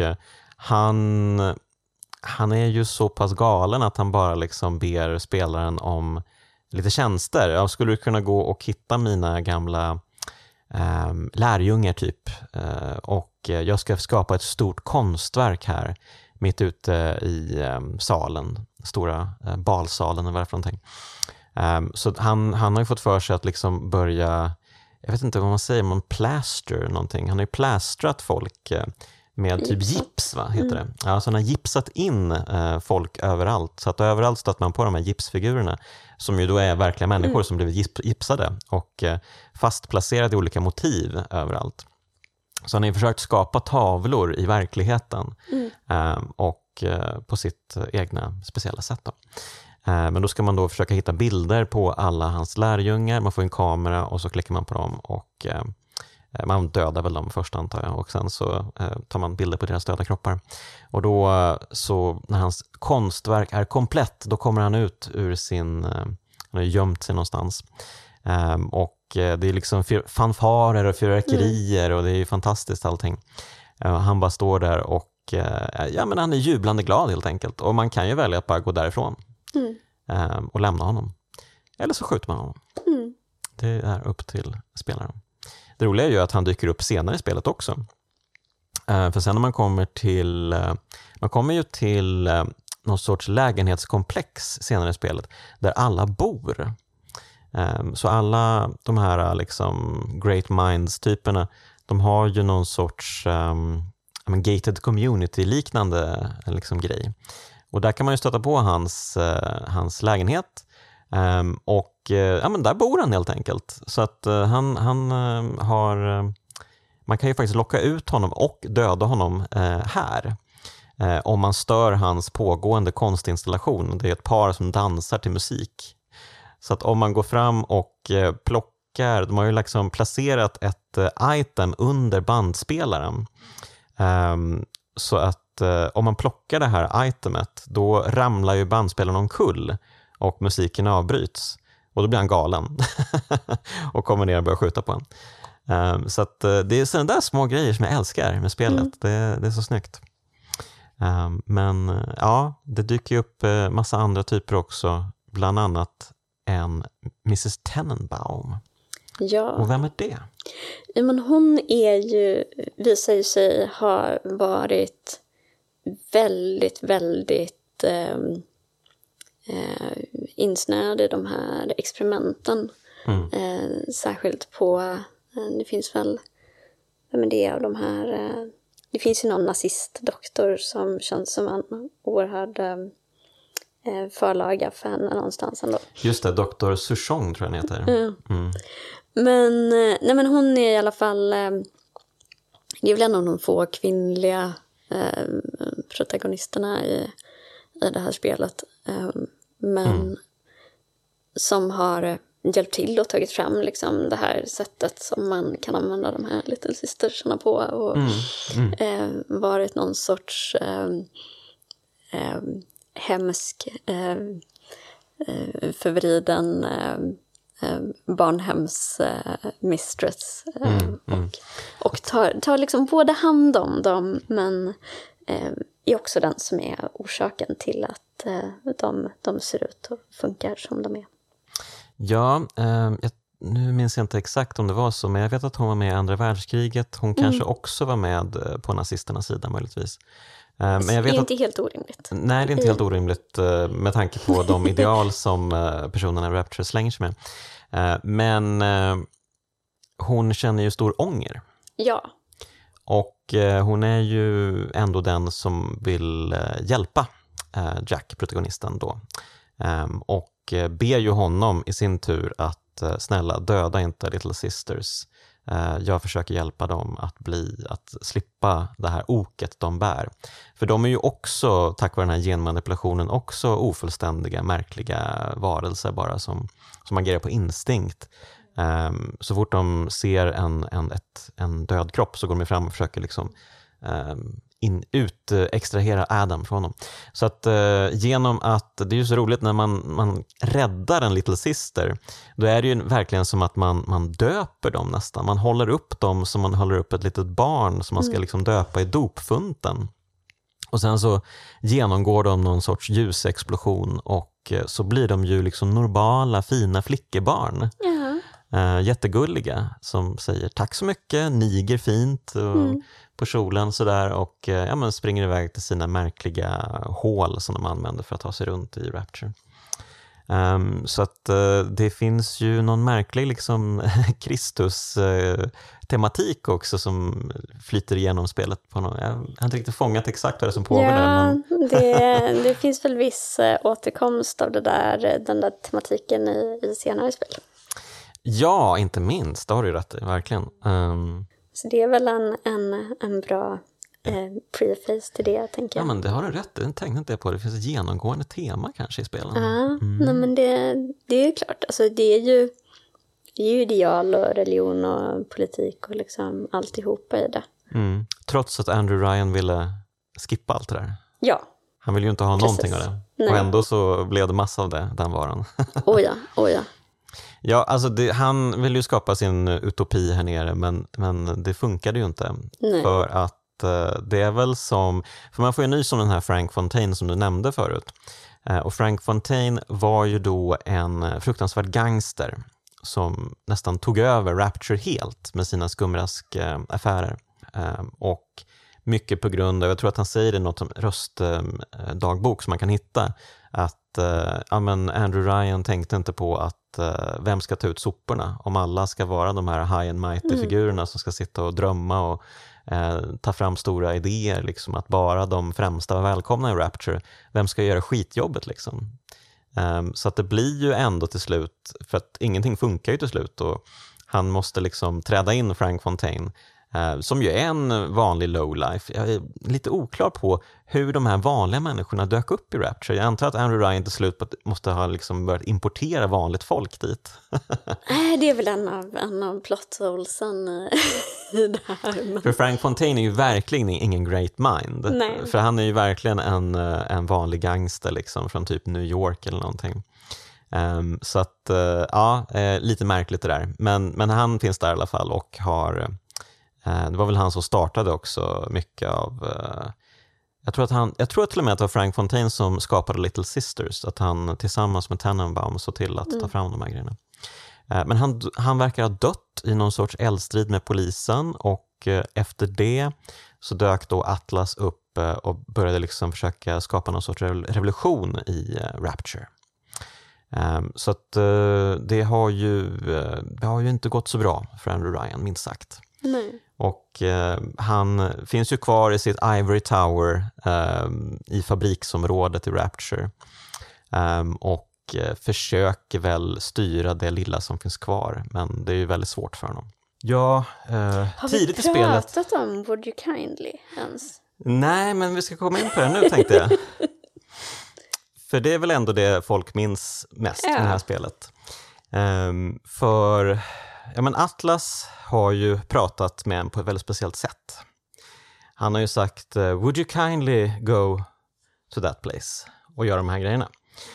S1: han är ju så pass galen att han bara liksom ber spelaren om lite tjänster. Jag skulle kunna gå och hitta mina gamla lärjungar typ, och jag ska skapa ett stort konstverk här mitt ute i salen, stora balsalen eller vad det är för någonting. Så han har ju fått för sig att liksom börja, jag vet inte vad man säger, man plaster någonting. Han har ju plastrat folk med typ gips, heter det. Ja, så han har gipsat in folk överallt. Så att överallt stöter man på de här gipsfigurerna, som ju då är verkliga människor som blivit gipsade och fastplacerade i olika motiv överallt. Så han har ju försökt skapa tavlor i verkligheten och på sitt egna speciella sätt då. Men då ska man då försöka hitta bilder på alla hans lärjungar. Man får en kamera och så klickar man på dem, och man dödar väl dem först, antar jag, och sen så tar man bilder på deras döda kroppar. Och då så när hans konstverk är komplett, då kommer han ut ur han har gömt sig någonstans. Och det är liksom fanfarer och fyrverkerier och det är ju fantastiskt allting. Han bara står där och men han är jublande glad helt enkelt. Och man kan ju välja att bara gå därifrån och lämna honom. Eller så skjuter man honom. Det är upp till spelaren. Det roliga är ju att han dyker upp senare i spelet också. För sen när man kommer till någon sorts lägenhetskomplex senare i spelet där alla bor. Så alla de här liksom Great Minds-typerna, de har ju någon sorts gated community-liknande liksom grej. Och där kan man ju stöta på hans lägenhet. Och men där bor han helt enkelt. Så att han har... Man kan ju faktiskt locka ut honom och döda honom här. Om man stör hans pågående konstinstallation. Det är ett par som dansar till musik. Så att om man går fram och plockar... De har ju liksom placerat ett item under bandspelaren. Så att om man plockar det här itemet, då ramlar ju bandspelaren omkull och musiken avbryts. Och då blir han galen och kommer ner och börjar skjuta på en. Så att det är sådana där små grejer som jag älskar med spelet. Det är så snyggt. Men ja, det dyker upp massa andra typer också. Bland annat en Mrs. Tenenbaum.
S2: Ja.
S1: Och vem är det?
S2: Ja, men hon visar ju sig ha varit väldigt, väldigt insnöad i de här experimenten. Särskilt på, det finns väl, men det är av de här, det finns ju någon nazistdoktor som känns som en oerhörd förlaga för henne någonstans ändå.
S1: Just det, Dr. Souchong tror jag den heter.
S2: Men hon är i alla fall, det är väl en av de få kvinnliga protagonisterna i det här spelet. Men som har hjälpt till och tagit fram liksom det här sättet som man kan använda de här Little Sistersarna på. Och varit någon sorts hemsk förvriden barnhemsmistress och tar liksom både hand om dem, men är också den som är orsaken till att de ser ut och funkar som de är.
S1: Ja, nu minns jag inte exakt om det var så, men jag vet att hon var med i andra världskriget. Hon kanske också var med på nazisternas sida möjligtvis. Men jag vet
S2: det är inte helt orimligt.
S1: Nej, det är inte helt orimligt med tanke på de ideal som personerna i Rapture slänger sig med. Men hon känner ju stor ånger.
S2: Ja.
S1: Och hon är ju ändå den som vill hjälpa Jack, protagonisten då. Och ber ju honom i sin tur att snälla, döda inte Little Sisters. Jag försöker hjälpa dem att slippa det här oket de bär. För de är ju också, tack vare den här genmanipulationen, också ofullständiga, märkliga varelser bara som agerar på instinkt. Så fort de ser en död kropp så går de fram och försöker liksom extrahera Adam från dem. Så att genom att, det är ju så roligt när man räddar en Little Sister, då är det ju verkligen som att man döper dem nästan. Man håller upp dem som man håller upp ett litet barn som man ska liksom döpa i dopfunten. Och sen så genomgår de någon sorts ljusexplosion och så blir de ju liksom normala, fina flickebarn. Jättegulliga som säger tack så mycket, niger fint och på kjolen sådär och springer iväg till sina märkliga hål som de använder för att ta sig runt i Rapture. Så att det finns ju någon märklig liksom Kristus-tematik också som flyter igenom spelet på någon. Jag har inte riktigt fångat exakt vad det som pågår där. Men...
S2: det finns väl viss återkomst av den där tematiken i senare spel.
S1: Ja, inte minst. Det har du rätt i, verkligen.
S2: Så det är väl en bra preface till det, tänker jag.
S1: Ja, men det har du rätt. Jag tänkte inte på. Det finns ett genomgående tema kanske i spelen.
S2: Ja, nej, men det är ju klart. Alltså, det är ju ideal och religion och politik och liksom alltihopa i det.
S1: Trots att Andrew Ryan ville skippa allt det där.
S2: Ja.
S1: Han ville ju inte ha någonting av det. Nej. Och ändå så blev det massa av den varan.
S2: Oh ja.
S1: Ja, alltså han vill ju skapa sin utopi här nere, men det funkade ju inte.
S2: Nej.
S1: För att det är väl som, för man får ju nys om den här Frank Fontaine som du nämnde förut. Och Frank Fontaine var ju då en fruktansvärd gangster som nästan tog över Rapture helt med sina skumraskaffärer. Och mycket på grund av, jag tror att han säger det i något som röstdagbok som man kan hitta, att Andrew Ryan tänkte inte på att vem ska ta ut soporna om alla ska vara de här high and mighty figurerna som ska sitta och drömma och ta fram stora idéer, liksom, att bara de främsta var välkomna i Rapture. Vem ska göra skitjobbet liksom? Så att det blir ju ändå till slut, för att ingenting funkar ju till slut, och han måste liksom träda in, Frank Fontaine, som ju är en vanlig lowlife. Jag är lite oklar på hur de här vanliga människorna dök upp i Rapture. Jag antar att Andrew Ryan till slut måste ha liksom börjat importera vanligt folk dit.
S2: Det är väl en av plot-holesen i det här. Men...
S1: För Frank Fontaine är ju verkligen ingen great mind.
S2: Nej.
S1: För han är ju verkligen en vanlig gangster liksom, från typ New York eller någonting. Så att, lite märkligt det där. Men han finns där i alla fall och har... Det var väl han som startade också mycket av... Jag tror till och med att det var Frank Fontaine som skapade Little Sisters. Att han tillsammans med Tannenbaum såg till att ta fram de här grejerna. Men han verkar ha dött i någon sorts eldstrid med polisen. Och efter det så dök då Atlas upp och började liksom försöka skapa någon sorts revolution i Rapture. Så att det har ju inte gått så bra för Andrew Ryan, minst sagt.
S2: Nej.
S1: Och han finns ju kvar i sitt Ivory Tower i fabriksområdet i Rapture. Och försöker väl styra det lilla som finns kvar. Men det är ju väldigt svårt för honom. Ja, tidigt i spelet...
S2: Har vi pratat om Would You Kindly ens?
S1: Nej, men vi ska komma in på det nu, tänkte jag. För det är väl ändå det folk minns mest i det här spelet. För... Ja, men Atlas har ju pratat med en på ett väldigt speciellt sätt. Han har ju sagt, would you kindly go to that place och göra de här grejerna.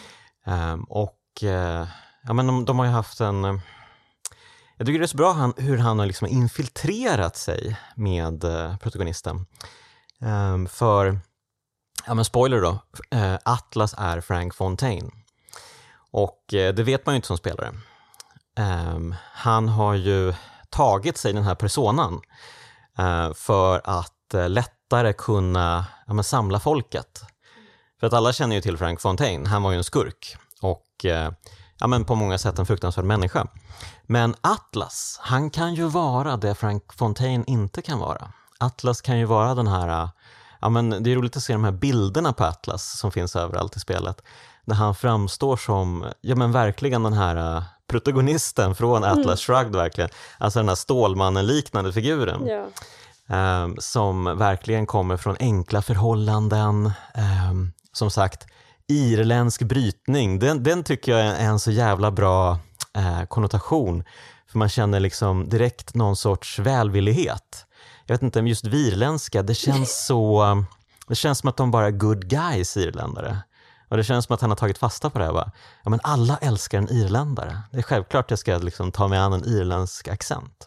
S1: Men de har ju haft en... Jag tycker det är så bra hur han har liksom infiltrerat sig med protagonisten. För, spoiler då, Atlas är Frank Fontaine. Och det vet man ju inte som spelare. Han har ju tagit sig den här personan för att lättare kunna samla folket. För att alla känner ju till Frank Fontaine. Han var ju en skurk och på många sätt en fruktansvärd människa. Men Atlas, han kan ju vara det Frank Fontaine inte kan vara. Atlas kan ju vara den här... det är roligt att se de här bilderna på Atlas som finns överallt i spelet. Där han framstår som verkligen den här... protagonisten från Atlas Shrugged, verkligen. Alltså den här Stålmannen-liknande figuren.
S2: Ja.
S1: Som verkligen kommer från enkla förhållanden. Som sagt, irländsk brytning. Den tycker jag är en så jävla bra konnotation. För man känner liksom direkt någon sorts välvillighet. Jag vet inte, just irländska, det känns så... Det känns som att de bara är good guys, irländare. Och det känns som att han har tagit fasta på det här. Va? Ja, men alla älskar en irländare. Det är självklart att jag ska liksom ta mig an en irländsk accent.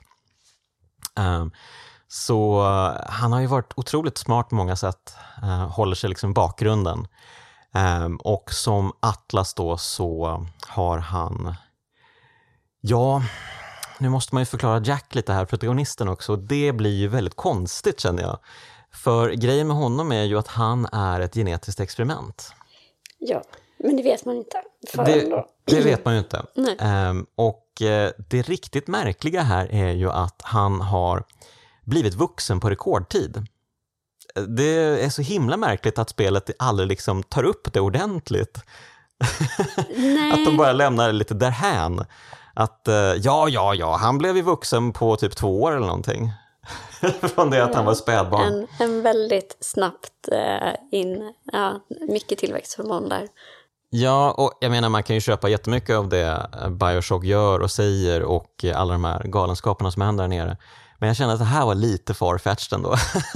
S1: Så han har ju varit otroligt smart på många sätt. Håller sig liksom i bakgrunden. Och som Atlas då så har han... Ja, nu måste man ju förklara Jack lite här, protagonisten också. Det blir ju väldigt konstigt, känner jag. För grejen med honom är ju att han är ett genetiskt experiment.
S2: Ja, men det vet man inte.
S1: Det vet man ju inte.
S2: Nej.
S1: Och det riktigt märkliga här är ju att han har blivit vuxen på rekordtid. Det är så himla märkligt att spelet aldrig liksom tar upp det ordentligt.
S2: Nej.
S1: Att de bara lämnar det lite därhän. Att han blev ju vuxen på typ 2 år eller någonting. Från det att han var spädbarn.
S2: En väldigt snabbt mycket tillväxthormon där.
S1: Ja, och jag menar man kan ju köpa jättemycket av det BioShock gör och säger och alla de här galenskaperna som händer där nere. Men jag kände att det här var lite farfetched ändå.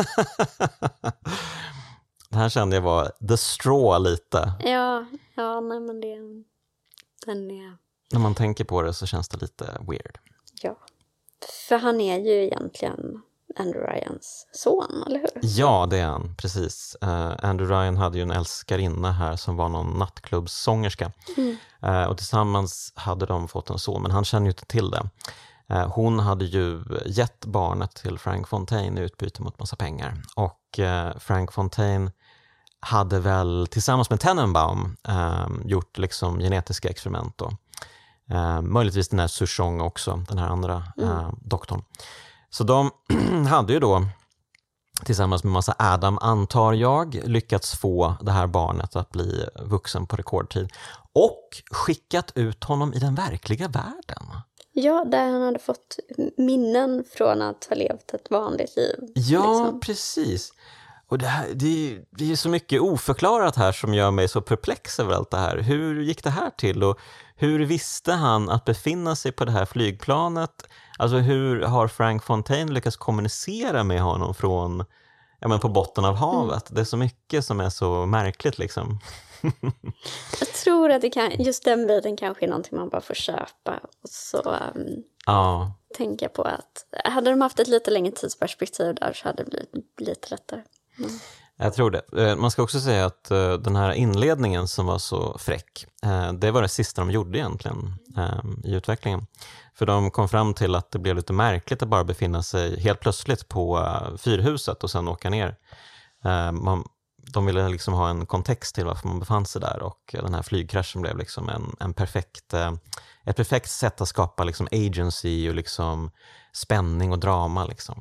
S1: Det här kände jag var the straw lite.
S2: Ja, nej men den är...
S1: När man tänker på det så känns det lite weird.
S2: Ja, för han är ju egentligen Andrew Ryans son, eller hur?
S1: Ja, det är han, precis. Andrew Ryan hade ju en älskarinna här som var någon nattklubbssångerska. Och tillsammans hade de fått en son, men han känner ju inte till det. Hon hade ju gett barnet till Frank Fontaine i utbyte mot massa pengar. Och Frank Fontaine hade väl tillsammans med Tenenbaum gjort liksom genetiska experiment då. Möjligtvis den här Souchong också, den här andra doktorn. Så de hade ju då tillsammans med massa Adam, antar jag, lyckats få det här barnet att bli vuxen på rekordtid. Och skickat ut honom i den verkliga världen.
S2: Ja, där han hade fått minnen från att ha levt ett vanligt liv.
S1: Ja,
S2: liksom.
S1: Precis. Och det är så mycket oförklarat här som gör mig så perplex över allt det här. Hur gick det här till och hur visste han att befinna sig på det här flygplanet? Alltså hur har Frank Fontaine lyckats kommunicera med honom från på botten av havet? Det är så mycket som är så märkligt liksom.
S2: Jag tror att just den biten kanske är någonting man bara får köpa och så tänka på att hade de haft ett lite längre tidsperspektiv där så hade det blivit lite lättare.
S1: Jag tror det. Man ska också säga att den här inledningen som var så fräck, det var det sista de gjorde egentligen i utvecklingen. För de kom fram till att det blev lite märkligt att bara befinna sig helt plötsligt på fyrhuset och sen åka ner. De ville liksom ha en kontext till varför man befann sig där och den här flygkraschen blev liksom ett perfekt sätt att skapa liksom agency och liksom spänning och drama liksom.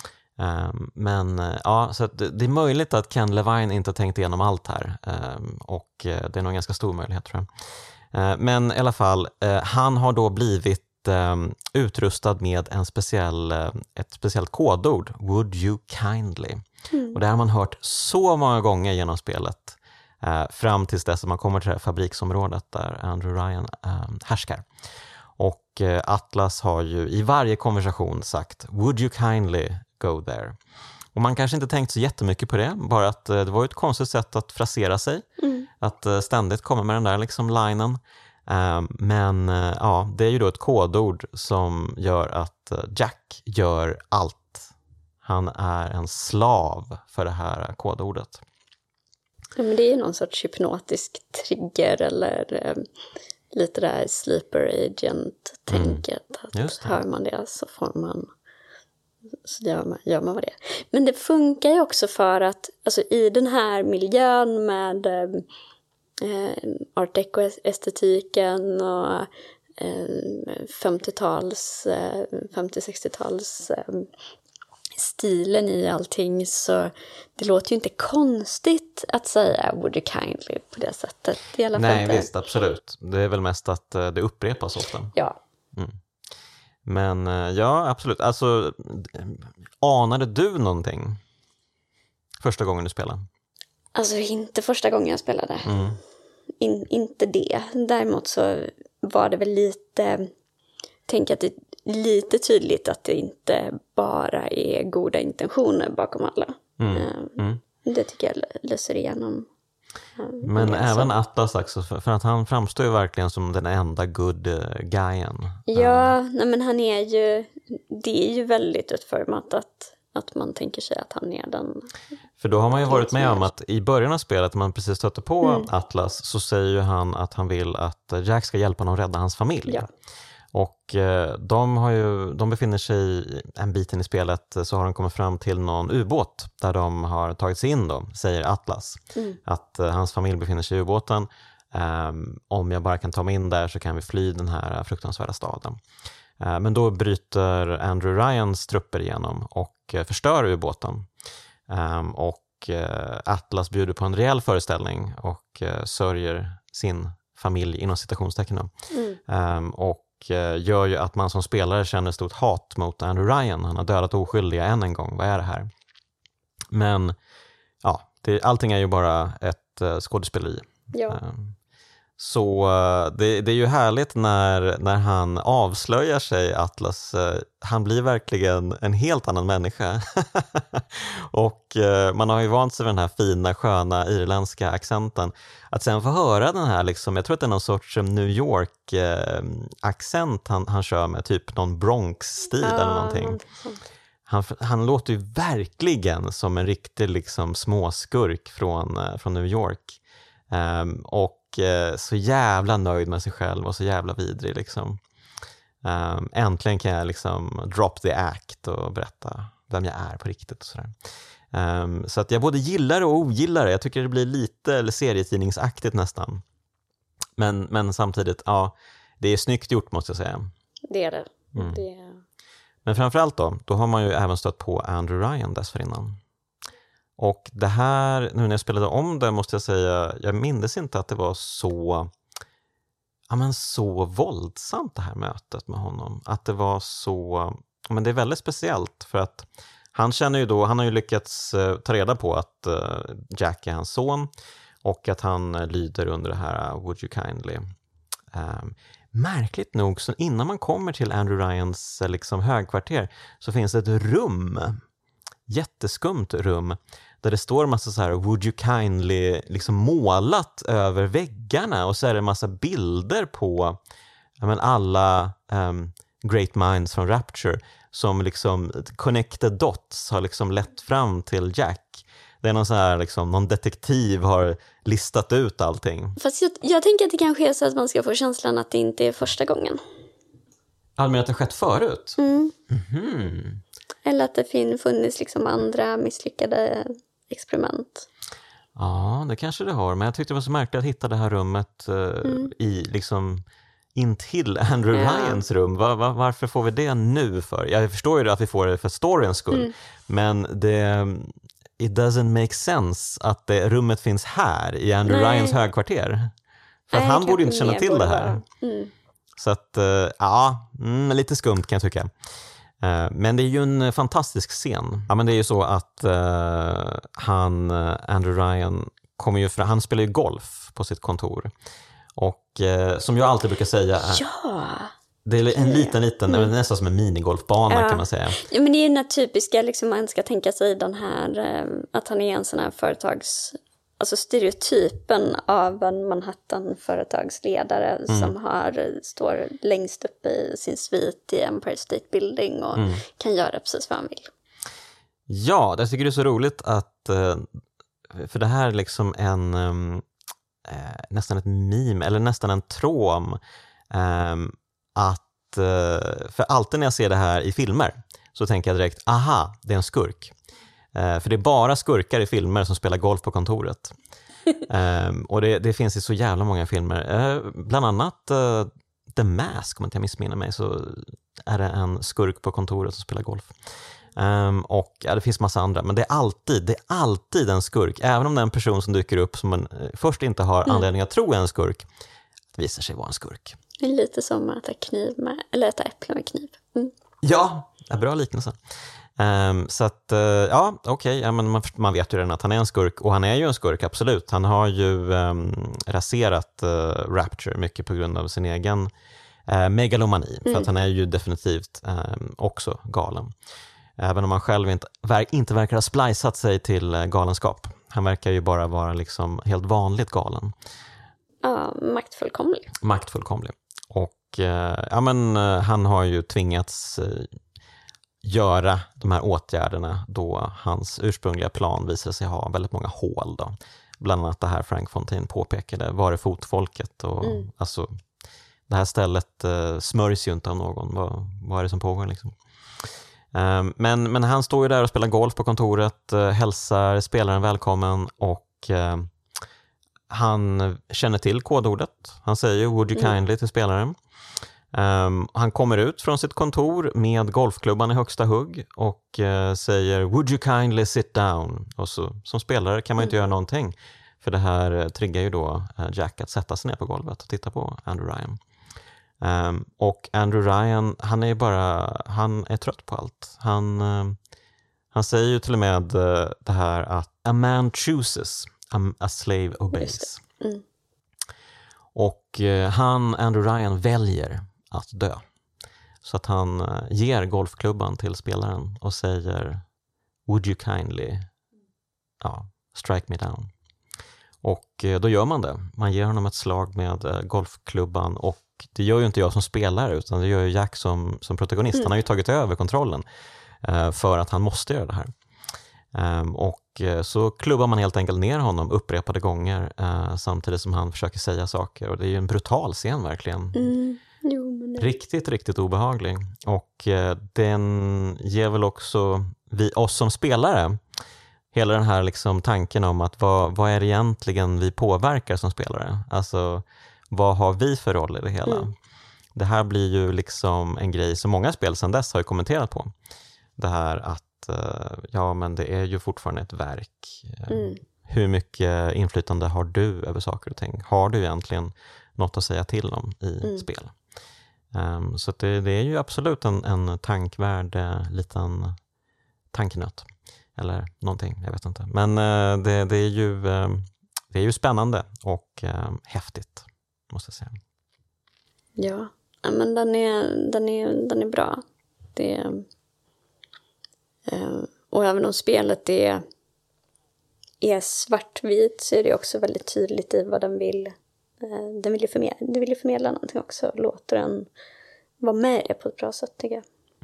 S1: Så att det är möjligt att Ken Levine inte har tänkt igenom allt här och det är nog en ganska stor möjlighet tror jag. Men i alla fall, han har då blivit utrustad med ett speciellt kodord, Would you kindly? Och det har man hört så många gånger genom spelet fram tills dess att man kommer till det här fabriksområdet där Andrew Ryan härskar. Och Atlas har ju i varje konversation sagt Would you kindly go there? Och man kanske inte tänkt så jättemycket på det, bara att det var ett konstigt sätt att frasera sig, att ständigt komma med den där liksom linen. Men det är ju då ett kodord som gör att Jack gör allt. Han är en slav för det här kodordet.
S2: Ja, men det är ju någon sorts hypnotisk trigger eller lite där sleeper agent-tänket. Att hör man det så får man, så gör man vad det är. Men det funkar ju också för att alltså, i den här miljön med art deco-estetiken och 50-60-tals stilen i allting, så det låter ju inte konstigt att säga would you kindly på det sättet. I alla fall.
S1: Nej, visst, absolut. Det är väl mest att det upprepas ofta.
S2: Ja.
S1: Men ja, absolut. Alltså, anade du någonting första gången du spelade?
S2: Alltså inte första gången jag spelade. Inte det. Däremot så var det väl lite, tänk att det är lite tydligt att det inte bara är goda intentioner bakom alla. Det tycker jag löser igenom.
S1: Men även Atlas också, för att han framstår ju verkligen som den enda good guyen.
S2: Ja, nej men han är ju, det är ju väldigt utformat att man tänker sig att han är den.
S1: För då har man ju varit med om att i början av spelet, när man precis stöter på Atlas, så säger ju han att han vill att Jack ska hjälpa honom att rädda hans familj.
S2: Ja.
S1: Och de befinner sig en biten i spelet, så har de kommit fram till någon ubåt där de har tagit sig in då, säger Atlas. Att hans familj befinner sig i ubåten. Om jag bara kan ta mig in där så kan vi fly den här fruktansvärda staden. Men då bryter Andrew Ryans trupper igenom och förstör ubåten. Och Atlas bjuder på en rejäl föreställning och sörjer sin familj inom citationstecken. Och gör ju att man som spelare känner stort hat mot Andrew Ryan. Han har dödat oskyldiga än en gång. Vad är det här? Men ja, allting är ju bara ett skådespeleri.
S2: Ja.
S1: Så det är ju härligt när han avslöjar sig, Atlas. Han blir verkligen en helt annan människa. Och man har ju vant sig vid den här fina, sköna irländska accenten. Att sen få höra den här, liksom, jag tror att det är någon sorts New York-accent han kör med, typ någon Bronx-stil eller någonting. Han låter ju verkligen som en riktig liksom, småskurk från New York. Och så jävla nöjd med sig själv och så jävla vidrig liksom. Äntligen kan jag liksom drop the act och berätta vem jag är på riktigt och sådär. Så att jag både gillar och ogillar det. Jag tycker det blir lite serietidningsaktigt nästan. Men samtidigt, ja, det är snyggt gjort måste jag säga.
S2: Det är det.
S1: Men framförallt då har man ju även stött på Andrew Ryan dessförinnan. Och det här, nu när jag spelade om det måste jag säga, jag minns inte att det var så våldsamt det här mötet med honom. Att det var så, men det är väldigt speciellt för att han har ju lyckats ta reda på att Jack är hans son och att han lyder under det här Would You Kindly. Märkligt nog, så innan man kommer till Andrew Ryans liksom, högkvarter så finns det ett rum, jätteskumt rum, där det står en massa så här Would You Kindly liksom målat över väggarna och så är det en massa bilder på alla great minds från Rapture som liksom connected dots har liksom lett fram till Jack. Det är någon så här liksom, någon detektiv har listat ut allting.
S2: Fast jag tänker att det kanske är så att man ska få känslan att det inte är första gången.
S1: Men att det har skett förut?
S2: Eller att det funnits liksom andra misslyckade experiment.
S1: Ja, det kanske det har. Men jag tyckte det var så märkligt att hitta det här rummet i liksom intill Andrew Ryans rum. Varför får vi det nu för? Jag förstår ju att vi får det för storyns skull. Men it doesn't make sense att det rummet finns här i Andrew Ryans högkvarter. För att han borde inte känna till det här. Så att, lite skumt kan jag tycka. Men det är ju en fantastisk scen. Ja, men det är ju så att Andrew Ryan kommer ju han spelar ju golf på sitt kontor. Och som jag alltid brukar säga det är en liten nästan som en minigolfbana kan man säga. Ja, men
S2: det är den här typiska liksom, man ska tänka sig den här att han är en sån här alltså stereotypen av en Manhattan-företagsledare som står längst upp i sin svit i Empire State Building och kan göra precis vad han vill.
S1: Ja, jag tycker det är så roligt att för det här är liksom nästan ett meme eller nästan en tråm att för alltid när jag ser det här i filmer så tänker jag direkt, aha, det är en skurk. För det är bara skurkar i filmer som spelar golf på kontoret. Och det finns i så jävla många filmer. Bland annat The Mask, om inte jag missminner mig, så är det en skurk på kontoret som spelar golf. Och det finns massa andra. Men det är alltid en skurk. Även om det är en person som dyker upp som man först inte har anledning att tro är en skurk, det visar sig vara en skurk.
S2: Det är lite som att äta äpplen med kniv.
S1: Ja, bra liknelse. Så att, okej, men man vet ju redan att han är en skurk, och han är ju en skurk, absolut. Han har ju raserat Rapture mycket på grund av sin egen megalomani, för att han är ju definitivt också galen. Även om han själv inte verkar ha splicat sig till galenskap. Han verkar ju bara vara liksom helt vanligt galen.
S2: Ja, maktfullkomlig. Och han har ju tvingats göra de här åtgärderna då hans ursprungliga plan visade sig ha väldigt många hål då. Bland annat det här Frank Fontaine påpekade, var är fotfolket? Och alltså, det här stället smörjs ju inte av någon. Vad är det som pågår liksom? Men han står ju där och spelar golf på kontoret, hälsar spelaren välkommen, och han känner till kodordet. Han säger Would you kindly till spelaren. Han kommer ut från sitt kontor med golfklubban i högsta hugg och säger Would you kindly sit down? Och så, som spelare kan man inte göra någonting, för det här triggar ju då Jack att sätta sig ner på golvet och titta på Andrew Ryan. Och Andrew Ryan, han är trött på allt. Han säger ju till och med det här att a man chooses, a slave obeys.
S1: Och Andrew Ryan väljer att dö. Så att han ger golfklubban till spelaren och säger "Would you kindly strike me down?" Och då gör man det. Man ger honom ett slag med golfklubban, och det gör ju inte jag som spelare, utan det gör ju Jack som protagonist. Han har ju tagit över kontrollen för att han måste göra det här. Och så klubbar man helt enkelt ner honom upprepade gånger samtidigt som han försöker säga saker. Och det är ju en brutal scen verkligen. Riktigt, riktigt obehaglig. Och den ger väl också oss som spelare hela den här liksom tanken om att vad är det egentligen vi påverkar som spelare? Alltså, vad har vi för roll i det hela? Det här blir ju liksom en grej som många spel sedan dess har kommenterat på. Det här att men det är ju fortfarande ett verk. Hur mycket inflytande har du över saker och ting? Har du egentligen något att säga till om i spel? Så det är ju absolut en tankvärd liten tankenöt. Eller någonting, jag vet inte. Men det är ju spännande och häftigt, måste jag säga.
S2: Ja, men den är bra. Och även om spelet är svartvit, så är det också väldigt tydligt i vad den vill. Den vill ju förmedla någonting också. Låter den vara med i det på ett bra sätt, tycker jag.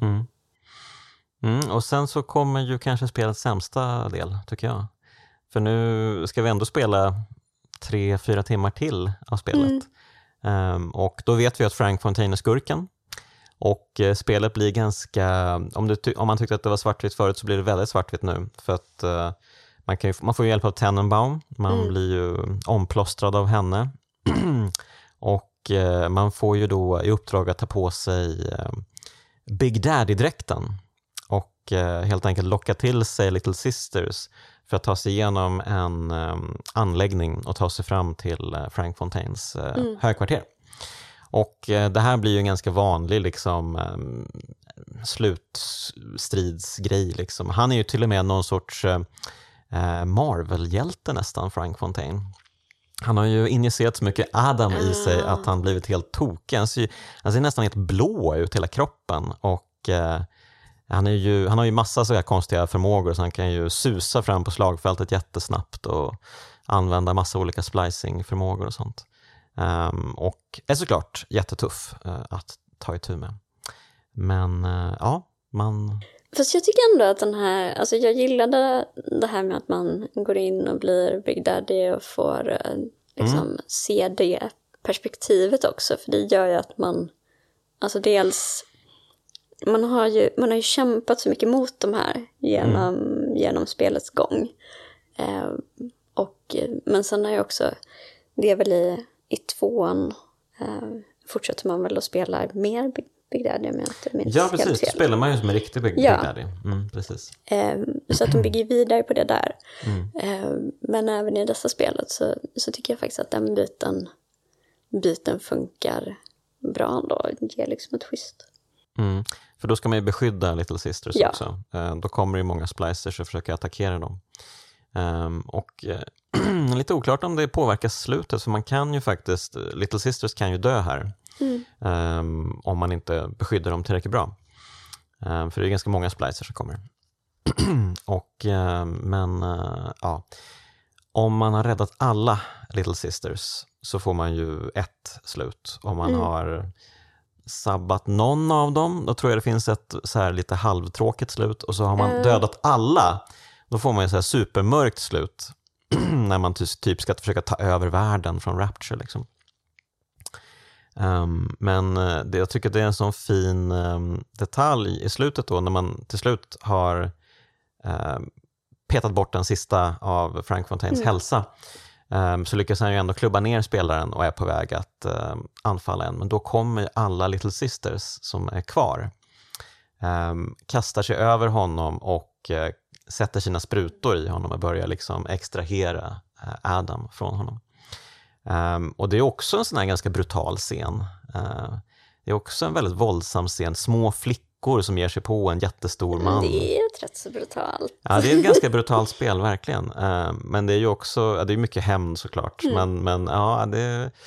S1: Och sen så kommer ju kanske spelets sämsta del, tycker jag. För nu ska vi ändå spela 3-4 timmar till av spelet. Och då vet vi att Frank Fontaine är skurken. Och spelet blir ganska... Om man tyckte att det var svartvitt förut, så blir det väldigt svartvitt nu. För att man får ju hjälp av Tenenbaum. Man blir ju omplåstrad av henne. Och man får ju då i uppdrag att ta på sig Big Daddy-dräkten. Och helt enkelt locka till sig Little Sisters för att ta sig igenom en anläggning och ta sig fram till Frank Fontaines högkvarter. Och det här blir ju en ganska vanlig liksom, slutstridsgrej. Liksom. Han är ju till och med någon sorts Marvel-hjälte nästan, Frank Fontaine. Han har ju injicerat så mycket Adam i sig att han blivit helt tokig. Han ser nästan helt blå ut hela kroppen. Och han har ju massa så här konstiga förmågor, så han kan ju susa fram på slagfältet jättesnabbt och använda massa olika splicing-förmågor och sånt. Och är såklart jättetuff att ta itu med. Men
S2: Fast jag tycker ändå att den här, alltså jag gillade det här med att man går in och blir Big Daddy och får se det perspektivet också, för det gör ju att man, alltså dels man har ju kämpat så mycket mot de här genom spelets gång. Men sen är ju också, det är väl i 2:an fortsätter man väl att spela mer Big Daddy, om jag inte minns.
S1: Ja, precis. Då spelar man ju som en riktig Big Daddy. Precis.
S2: Så att de bygger vidare på det där. Men även i dessa spelet så tycker jag faktiskt att den biten funkar bra ändå. Det ger liksom ett schysst.
S1: För då ska man ju beskydda Little Sisters också. Då kommer ju många splicers och försöker attackera dem. Och lite oklart om det påverkar slutet, för man kan ju faktiskt, Little Sisters kan ju dö här om man inte beskyddar dem tillräckligt bra. För det är ganska många splicers som kommer. Och om man har räddat alla Little Sisters så får man ju ett slut. Om man har sabbat någon av dem, då tror jag det finns ett så här lite halvtråkigt slut. Och så har man dödat alla, då får man ju så här supermörkt slut när man typ ska försöka ta över världen från Rapture liksom. Men jag tycker det är en sån fin detalj i slutet då, när man till slut har petat bort den sista av Frank Fontaines hälsa, så lyckas han ju ändå klubba ner spelaren och är på väg att anfalla en. Men då kommer alla Little Sisters som är kvar, kastar sig över honom och sätter sina sprutor i honom och börjar liksom extrahera Adam från honom. Och det är också en sån här ganska brutal scen. Det är också en väldigt våldsam scen. Små flickor som ger sig på en jättestor man.
S2: Det är rätt så brutalt.
S1: Ja, det är ett ganska brutalt spel, verkligen. Men det är ju också, det är mycket hämnd såklart. Men ja,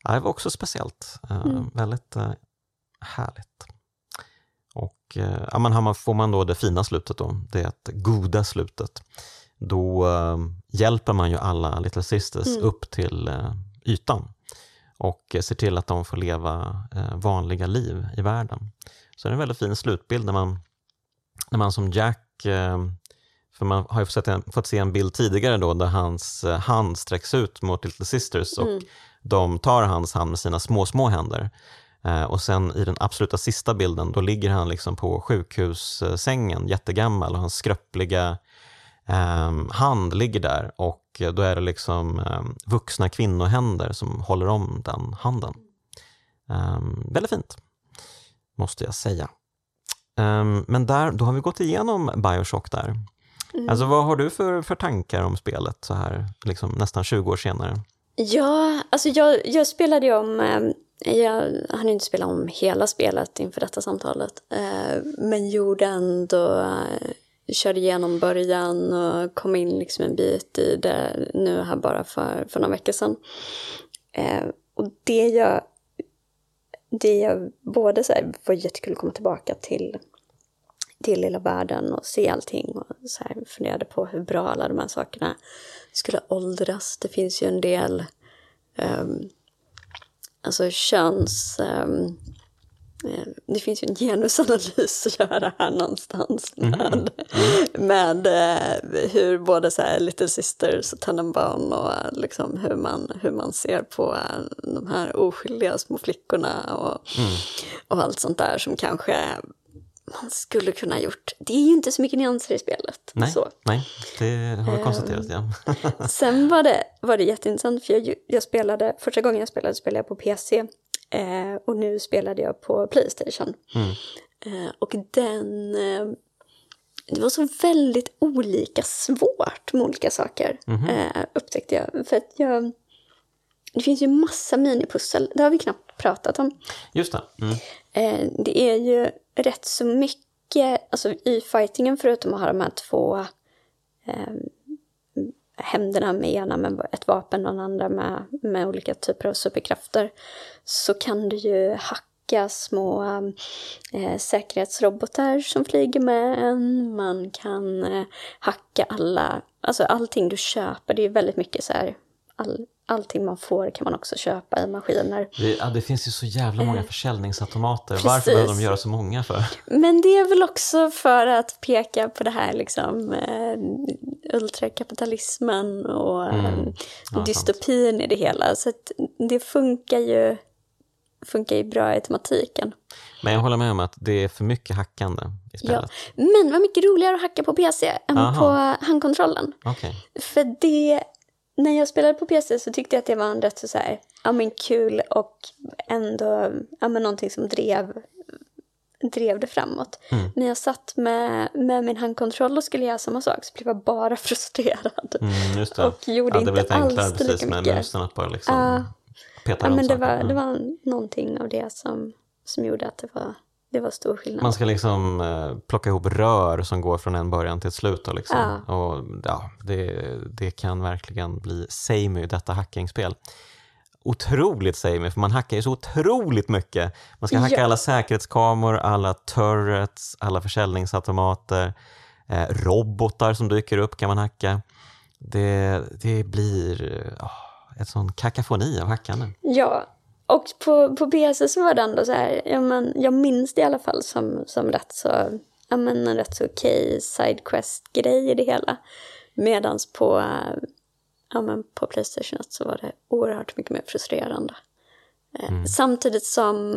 S1: Ja, det var också speciellt. Väldigt härligt. Och får man då det fina slutet då, det goda slutet, då hjälper man ju alla Little Sisters upp till ytan och ser till att de får leva vanliga liv i världen. Så det är en väldigt fin slutbild när man som Jack, för man har ju fått se en bild tidigare då där hans hand sträcks ut mot Little Sisters och de tar hans hand med sina små händer. Och sen i den absoluta sista bilden då ligger han liksom på sjukhussängen, jättegammal, och hans skröpliga hand ligger där, och då är det liksom vuxna kvinnohänder som håller om den handen. Väldigt fint, måste jag säga. Men då har vi gått igenom BioShock där. Alltså vad har du för tankar om spelet så här liksom nästan 20 år senare?
S2: Ja, alltså jag spelade ju om... Jag hann inte spela om hela spelet inför detta samtalet. Men gjorde ändå... körde igenom början och kom in liksom en bit i det nu här bara för några veckor sedan. Och det jag både så här, var jättekul att komma tillbaka till lilla världen och se allting, och så här funderade på hur bra alla de här sakerna skulle åldras. Det finns ju en del alltså det finns ju en genusanalys att göra här någonstans med hur både så här Little Sisters och Tenenbaum och liksom hur man ser på de här oskyldiga små flickorna och allt sånt där som kanske man skulle kunna ha gjort. Det är ju inte så mycket nyanser i spelet.
S1: Nej, det har vi konstaterat, ja.
S2: Sen var det jätteintressant, för jag spelade, första gången jag spelade på PC. Och nu spelade jag på PlayStation. Och det var så väldigt olika svårt med olika saker, upptäckte jag. För att det finns ju massa minipussel, det har vi knappt pratat om.
S1: Just det.
S2: Det är ju rätt så mycket, alltså i fightingen, förutom att ha de här två händerna med ena med ett vapen och den andra med olika typer av superkrafter, så kan du ju hacka små säkerhetsrobotar som flyger med en. Man kan hacka allting du köper. Det är väldigt mycket så här, allting man får kan man också köpa i maskiner.
S1: Det finns ju så jävla många försäljningsautomater.
S2: Precis.
S1: Varför behöver de göra så många för?
S2: Men det är väl också för att peka på det här liksom ultrakapitalismen och dystopin sant. I det hela. Så att det funkar ju bra i tematiken.
S1: Men jag håller med om att det är för mycket hackande i spelet.
S2: Ja. Men det var mycket roligare att hacka på PC än på handkontrollen.
S1: Okay.
S2: För när jag spelade på PC så tyckte jag att det var en rätt så här, kul och ändå någonting som drev det framåt. När jag satt med min handkontroll och skulle göra samma sak så blev jag bara frustrerad.
S1: Just det.
S2: Och gjorde inte alls lika mycket.
S1: Precis med musen att bara liksom peta runt
S2: saker. Det var någonting av det som gjorde att det var stor skillnad.
S1: Man ska liksom plocka ihop rör som går från en början till ett slut. Då, liksom. Och det kan verkligen bli samey, detta hackingspel. Otroligt samey, för man hackar ju så otroligt mycket. Man ska hacka alla säkerhetskameror, alla turrets, alla försäljningsautomater, robotar som dyker upp kan man hacka. Det blir ett sån kakafoni av hackande. Ja.
S2: Och på PC så var det ändå så här, jag minns det i alla fall som rätt så, en rätt så okej sidequest-grej i det hela. Medans på PlayStation så var det oerhört mycket mer frustrerande. Samtidigt som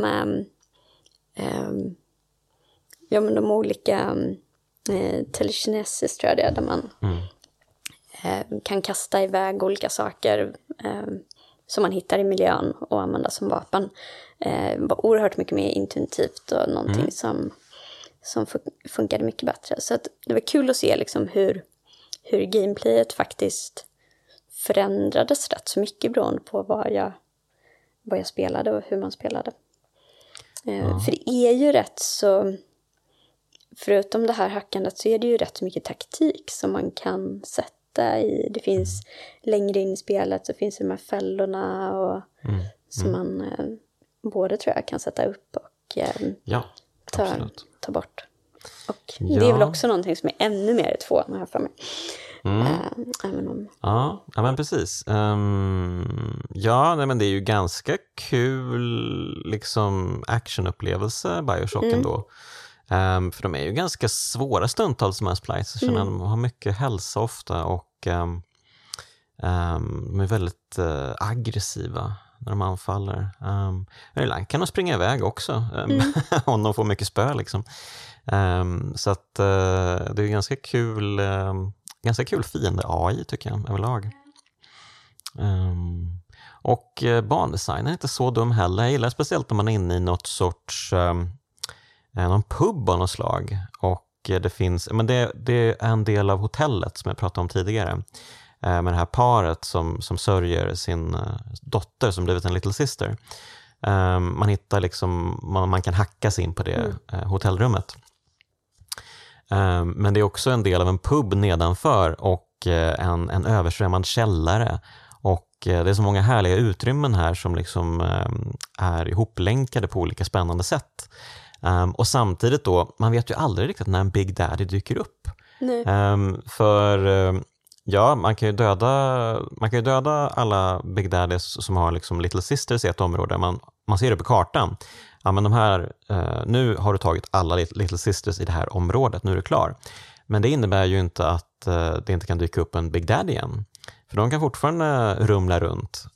S2: de olika telekinesis tror jag det är, där man kan kasta iväg olika saker som man hittar i miljön och använda som vapen. Var oerhört mycket mer intuitivt och någonting som funkade mycket bättre. Så att det var kul att se liksom hur gameplayet faktiskt förändrades rätt så mycket beroende på vad jag spelade och hur man spelade. För det är ju rätt så, förutom det här hackandet så är det ju rätt så mycket taktik som man kan sätta i. Det finns längre in i spelet så finns det de här fällorna och som man både tror jag kan sätta upp och ta bort. Och det är väl också någonting som är ännu mer i 2 här för mig. Även om...
S1: Ja, men precis. Men det är ju ganska kul liksom actionupplevelse BioShock ändå. För de är ju ganska svåra stundtals som här splices. De har mycket hälsa ofta och de är väldigt aggressiva när de anfaller. Ibland kan de springa iväg också om de får mycket spö liksom. Så att det är ganska kul fiende AI tycker jag överlag. Och bandesignen är inte så dum heller. Jag gillar speciellt när man är inne i något sorts någon pub av något slag. Och det finns, men det är en del av hotellet som jag pratade om tidigare. Med det här paret som sörjer sin dotter som blivit en little sister. Man hittar liksom, man kan hacka sig in på det hotellrummet. Men det är också en del av en pub nedanför och en översvämmad källare. Och det är så många härliga utrymmen här som liksom är ihoplänkade på olika spännande sätt. Och samtidigt då, man vet ju aldrig riktigt när en Big Daddy dyker upp. Man kan ju döda alla Big Daddies som har liksom Little Sisters i ett område. Man ser det på kartan. Ja, men de här, nu har du tagit alla Little Sisters i det här området, nu är du klar. Men det innebär ju inte att det inte kan dyka upp en Big Daddy igen. För de kan fortfarande rumla runt.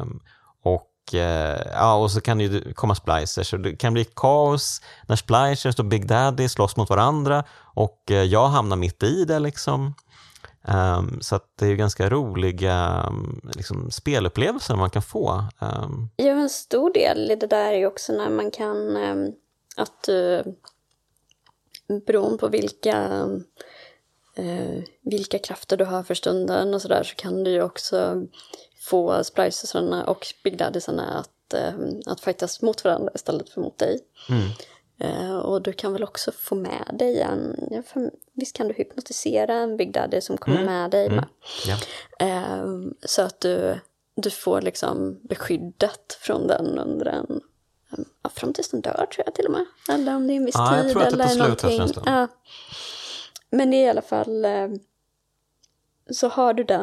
S1: Och så kan det ju komma splicers. Det kan bli kaos när splicers och Big Daddy slåss mot varandra. Och jag hamnar mitt i det liksom. Så att det är ju ganska roliga liksom, spelupplevelser man kan få.
S2: En stor del i det där är ju också när man kan beroende på vilka krafter du har för stunden och sådär, så kan du ju också få splicesarna och Big Daddysarna att fightas mot varandra istället för mot dig. Och du kan väl också få med dig visst kan du hypnotisera en Big Daddy som kommer med dig med. Så att du får liksom beskyddet från den under fram tills den dör tror jag till och med. Eller om det är en viss tid
S1: jag tror att det
S2: eller
S1: någonting.
S2: Ja. Men det är i alla fall så har du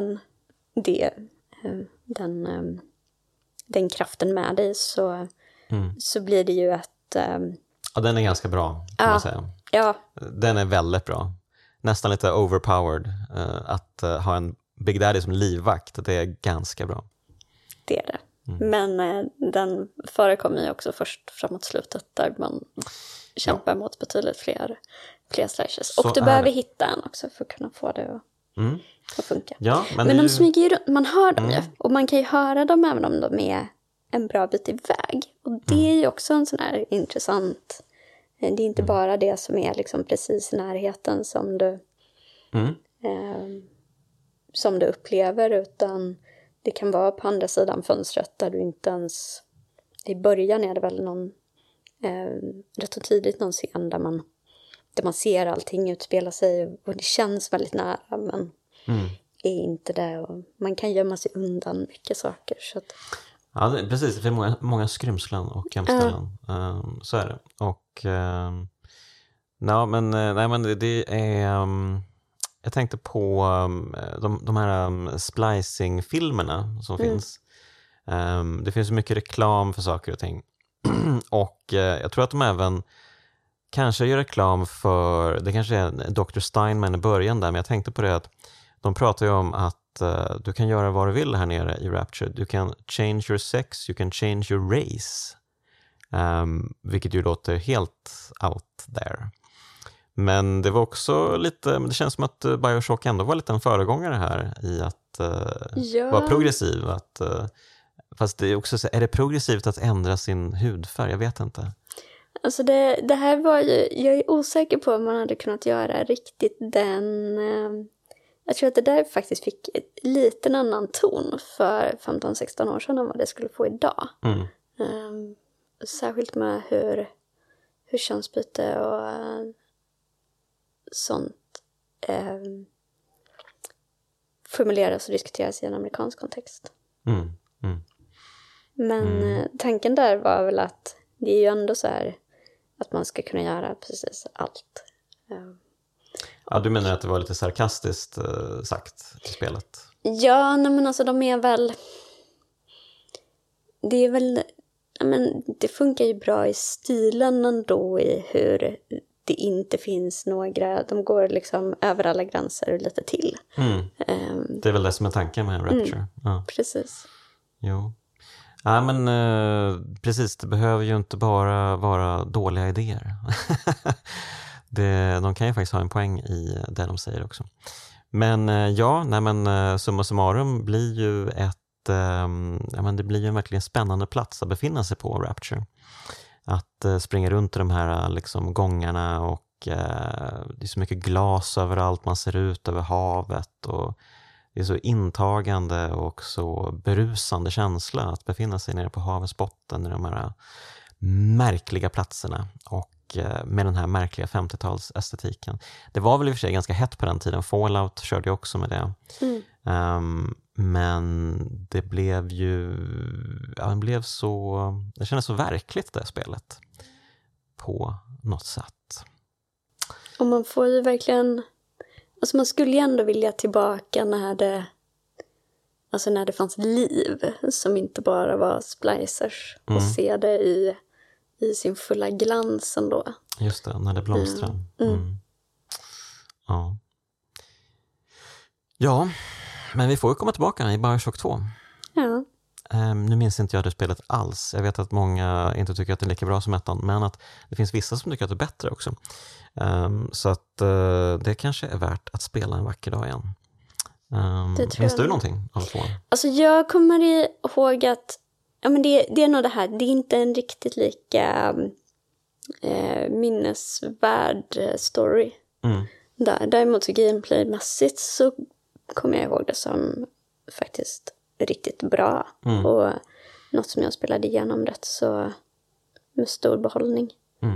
S2: den kraften med dig så blir det ju ett
S1: den är ganska bra kan man säga.
S2: Ja.
S1: Den är väldigt bra. Nästan lite overpowered. Att ha en Big Daddy som livvakt, det är ganska bra.
S2: Det är det. Men den förekommer ju också först framåt slutet där man kämpar mot betydligt fler slashes. Och du behöver hitta en också för att kunna få det att funka.
S1: Ja,
S2: men de smyger ju runt, man hör dem ju. Och man kan ju höra dem även om de är en bra bit iväg. Och det är ju också en sån här intressant... Det är inte bara det som är liksom precis i närheten som du upplever, utan det kan vara på andra sidan fönstret där du inte ens... I början är det väl rätt och tidigt någon scen där man ser allting utspela sig och det känns väldigt nära, men är inte det. Och man kan gömma sig undan mycket saker. Så att...
S1: Ja, precis. Det finns många skrymslen och hemställan. Så är det. Och det är... jag tänkte på de här splicing-filmerna som finns. Det finns mycket reklam för saker och ting. Och jag tror att de även kanske gör reklam för... Det kanske är Dr. Steinman i början där, men jag tänkte på det att de pratar ju om att du kan göra vad du vill här nere i Rapture. Du kan change your sex, you can change your race. Vilket ju låter helt out there. Men det var också lite... Det känns som att BioShock ändå var lite en föregångare här i att vara progressiv. Fast det är också... Är det progressivt att ändra sin hudfärg? Jag vet inte.
S2: Alltså det här var ju... Jag är osäker på om man hade kunnat göra riktigt den... Jag tror att det där faktiskt fick ett liten annan ton för 15-16 år sedan än vad det skulle få idag. Särskilt med hur könsbyte och sånt formuleras och diskuteras i en amerikansk kontext. Men tanken där var väl att det är ju ändå så här att man ska kunna göra precis allt.
S1: Ja, du menar att det var lite sarkastiskt sagt i spelet?
S2: Ja, nej, men alltså de är väl... Det är väl... Men det funkar ju bra i stilen ändå, i hur det inte finns några... De går liksom över alla gränser lite till.
S1: Det är väl det som är tanken med Rapture. Ja.
S2: Precis.
S1: Jo. Ja, men precis, det behöver ju inte bara vara dåliga idéer. De kan ju faktiskt ha en poäng i det de säger också. Men summa summarum blir ju det blir ju en verkligen spännande plats att befinna sig på, Rapture. Att springa runt i de här liksom gångarna, och det är så mycket glas överallt, man ser ut över havet, och det är så intagande och så berusande känsla att befinna sig nere på havets botten i de här märkliga platserna, och med den här märkliga 50-talsestetiken. Det var väl i och för sig ganska hett på den tiden. Fallout körde ju också med det. Men det blev ju... det kändes så verkligt, det spelet. På något sätt.
S2: Och man får ju verkligen... Alltså man skulle ju ändå vilja tillbaka när det fanns liv. Som inte bara var splicers. Och se det i sin fulla glans ändå.
S1: Just det, när det blomstrar. Ja, men vi får ju komma tillbaka i Bioshock 2.
S2: Ja.
S1: Nu minns inte jag det spelet alls. Jag vet att många inte tycker att det är lika bra som ettan, men att det finns vissa som tycker att det är bättre också. Så att det kanske är värt att spela en vacker dag igen. Minns du någonting av tvåan?
S2: Alltså jag kommer ihåg att det är nog det här. Det är inte en riktigt lika minnesvärd story. Däremot så gameplaymässigt så kommer jag ihåg det som faktiskt riktigt bra. Och något som jag spelade igenom rätt så med stor behållning.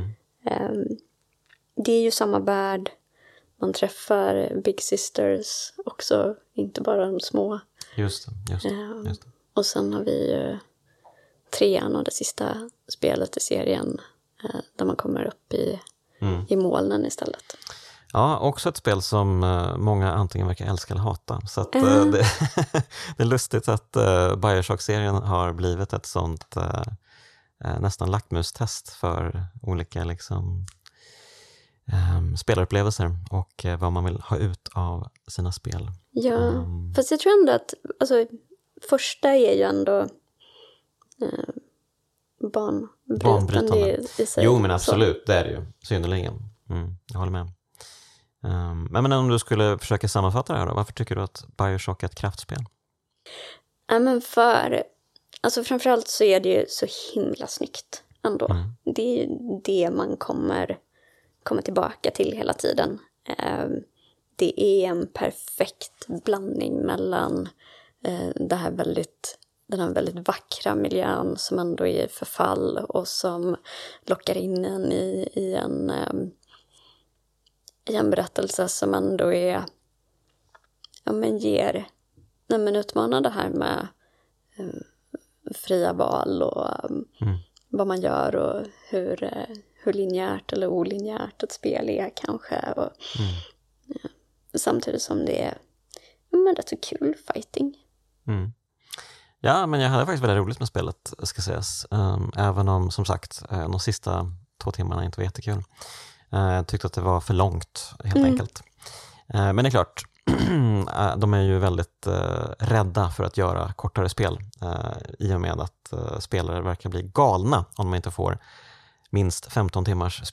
S2: Det är ju samma värld. Man träffar Big Sisters också, inte bara de små.
S1: Just det.
S2: Och sen har vi ju 3:an och det sista spelet i serien där man kommer upp i molnen istället.
S1: Ja, också ett spel som många antingen verkar älska eller hata. Så att, det är lustigt att Bioshock-serien har blivit ett sånt nästan lackmustest för olika liksom, spelarupplevelser och vad man vill ha ut av sina spel.
S2: Ja, fast jag tror ändå att första är ju ändå banbrytande i sig.
S1: Jo, men absolut, det är det ju. Synnerligen. Jag håller med. Men om du skulle försöka sammanfatta det här då, varför tycker du att Bioshock är ett kraftspel?
S2: Ja, men framförallt så är det ju så himla snyggt ändå. Det är ju det man kommer tillbaka till hela tiden. Det är en perfekt blandning mellan den här väldigt vackra miljön som ändå är i förfall och som lockar in en i en berättelse som ändå är utmanar det här med fria val och vad man gör och hur linjärt eller olinjärt ett spel är kanske. Och, samtidigt som det är rätt så kul fighting.
S1: Ja, men jag hade faktiskt väldigt roligt med spelet, ska sägas. Även om, som sagt, de sista 2 timmarna inte var jättekul. Jag tyckte att det var för långt, helt enkelt. Men det är klart, de är ju väldigt rädda för att göra kortare spel. I och med att spelare verkar bli galna om de inte får minst 15 timmars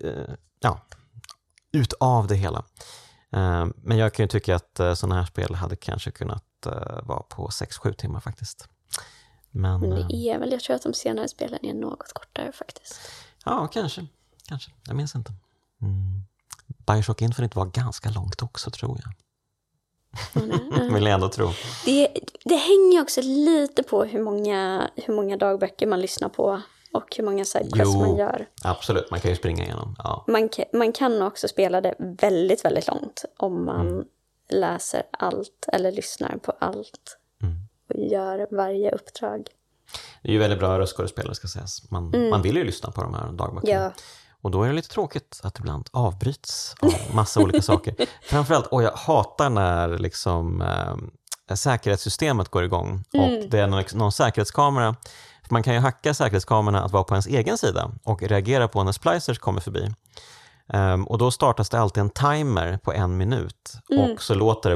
S1: utav det hela. Men jag kan ju tycka att sådana här spel hade kanske kunnat vara på 6-7 timmar faktiskt. Men
S2: det är väl, jag tror att de senare spelen är något kortare faktiskt.
S1: Ja, kanske. Jag minns inte. Bioshock Infinite var ganska långt också, tror jag. Vill jag ändå tro.
S2: Det hänger också lite på hur många dagböcker man lyssnar på och hur många sidequests man gör.
S1: Absolut, man kan ju springa igenom. Ja.
S2: Man kan också spela det väldigt, väldigt långt om man läser allt eller lyssnar på allt och gör varje uppdrag.
S1: Det är ju väldigt bra röstskådespelare ska sägas. Man vill ju lyssna på de här dagböckerna.
S2: Ja.
S1: Och då är det lite tråkigt att det ibland avbryts av massa olika saker. Framförallt, jag hatar när liksom säkerhetssystemet går igång och det är någon säkerhetskamera. För man kan ju hacka säkerhetskamerorna att vara på ens egen sida och reagera på när splicers kommer förbi. Och då startas det alltid en timer på 1 minut och så låter det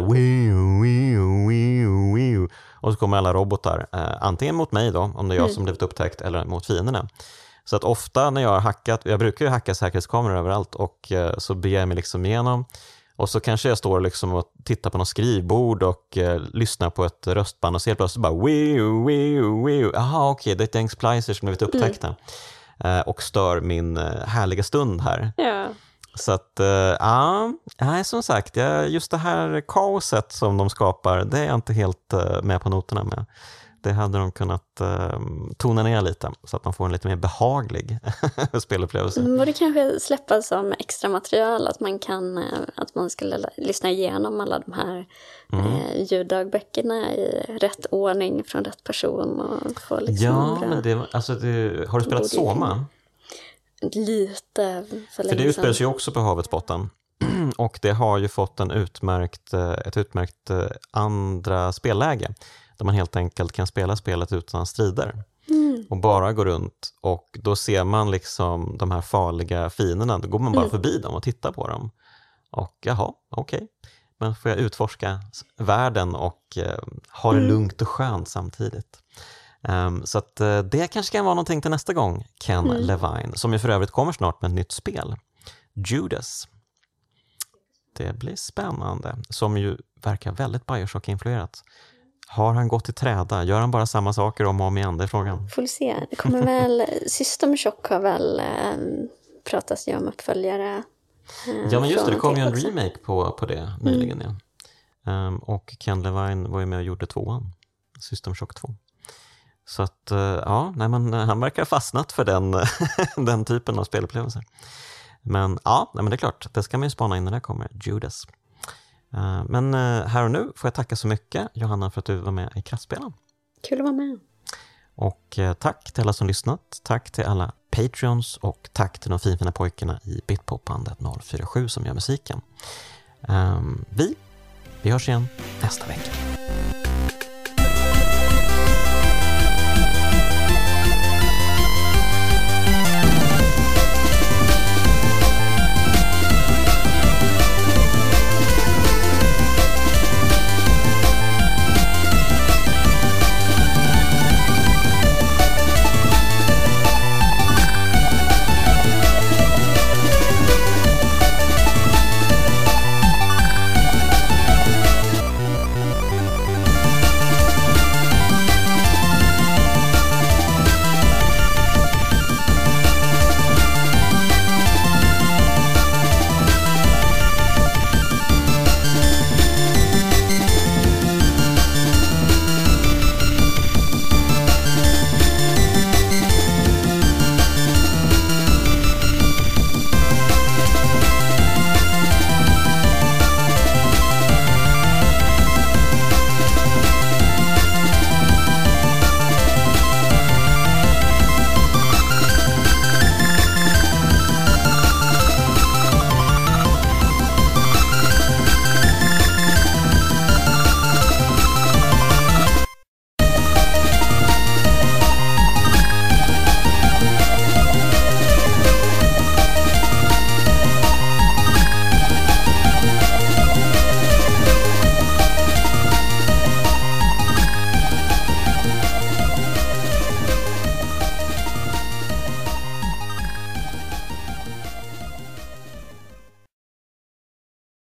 S1: och så kommer alla robotar antingen mot mig då, om det är jag som blivit upptäckt, eller mot fienderna. Så att ofta när jag har hackat, jag brukar ju hacka säkerhetskameror överallt och så beger jag mig liksom igenom och så kanske jag står liksom och tittar på något skrivbord och lyssnar på ett röstband och ser plötsligt bara jaha okej, det är ett gäng splicers som blivit upptäckta och stör min härliga stund här.
S2: Ja.
S1: Så att, som sagt, just det här kaoset som de skapar, det är jag inte helt med på noterna med. Det hade de kunnat tona ner lite så att man får en lite mer behaglig spelupplevelse.
S2: Borde kanske släppas som extra material, att man skulle lyssna igenom alla de här ljuddagböckerna i rätt ordning från rätt person och få liksom
S1: men har du spelat Soma?
S2: Lite för
S1: det utspelar sig ju också på havets botten. Och det har ju fått ett utmärkt andra spelläge. Där man helt enkelt kan spela spelet utan strider. Och bara gå runt. Och då ser man liksom de här farliga fienderna. Då går man bara förbi dem och tittar på dem. Och jaha, okej. Men får jag utforska världen och ha det lugnt och skönt samtidigt. Så att det kanske kan vara någonting till nästa gång, Ken Levine, som ju för övrigt kommer snart med ett nytt spel, Judas. Det blir spännande, som ju verkar väldigt Bioshock-influerat. Har han gått i träda? Gör han bara samma saker om och om igen? Det är frågan.
S2: Får se. Det kommer väl, System Shock har väl pratats ju om uppföljare.
S1: Ja, men just det kom ju en remake på det nyligen. Ja. Och Ken Levine var ju med och gjorde 2:an, System Shock 2. Så att, han verkar ha fastnat för den typen av spelupplevelser. Men men det är klart, det ska man ju spana in när det kommer, Judas. Men här och nu får jag tacka så mycket, Johanna, för att du var med i Kraftspelen.
S2: Kul att vara med.
S1: Och tack till alla som lyssnat, tack till alla Patreons och tack till de fina pojkarna i Bitpopbandet 047 som gör musiken. Vi hörs igen nästa vecka.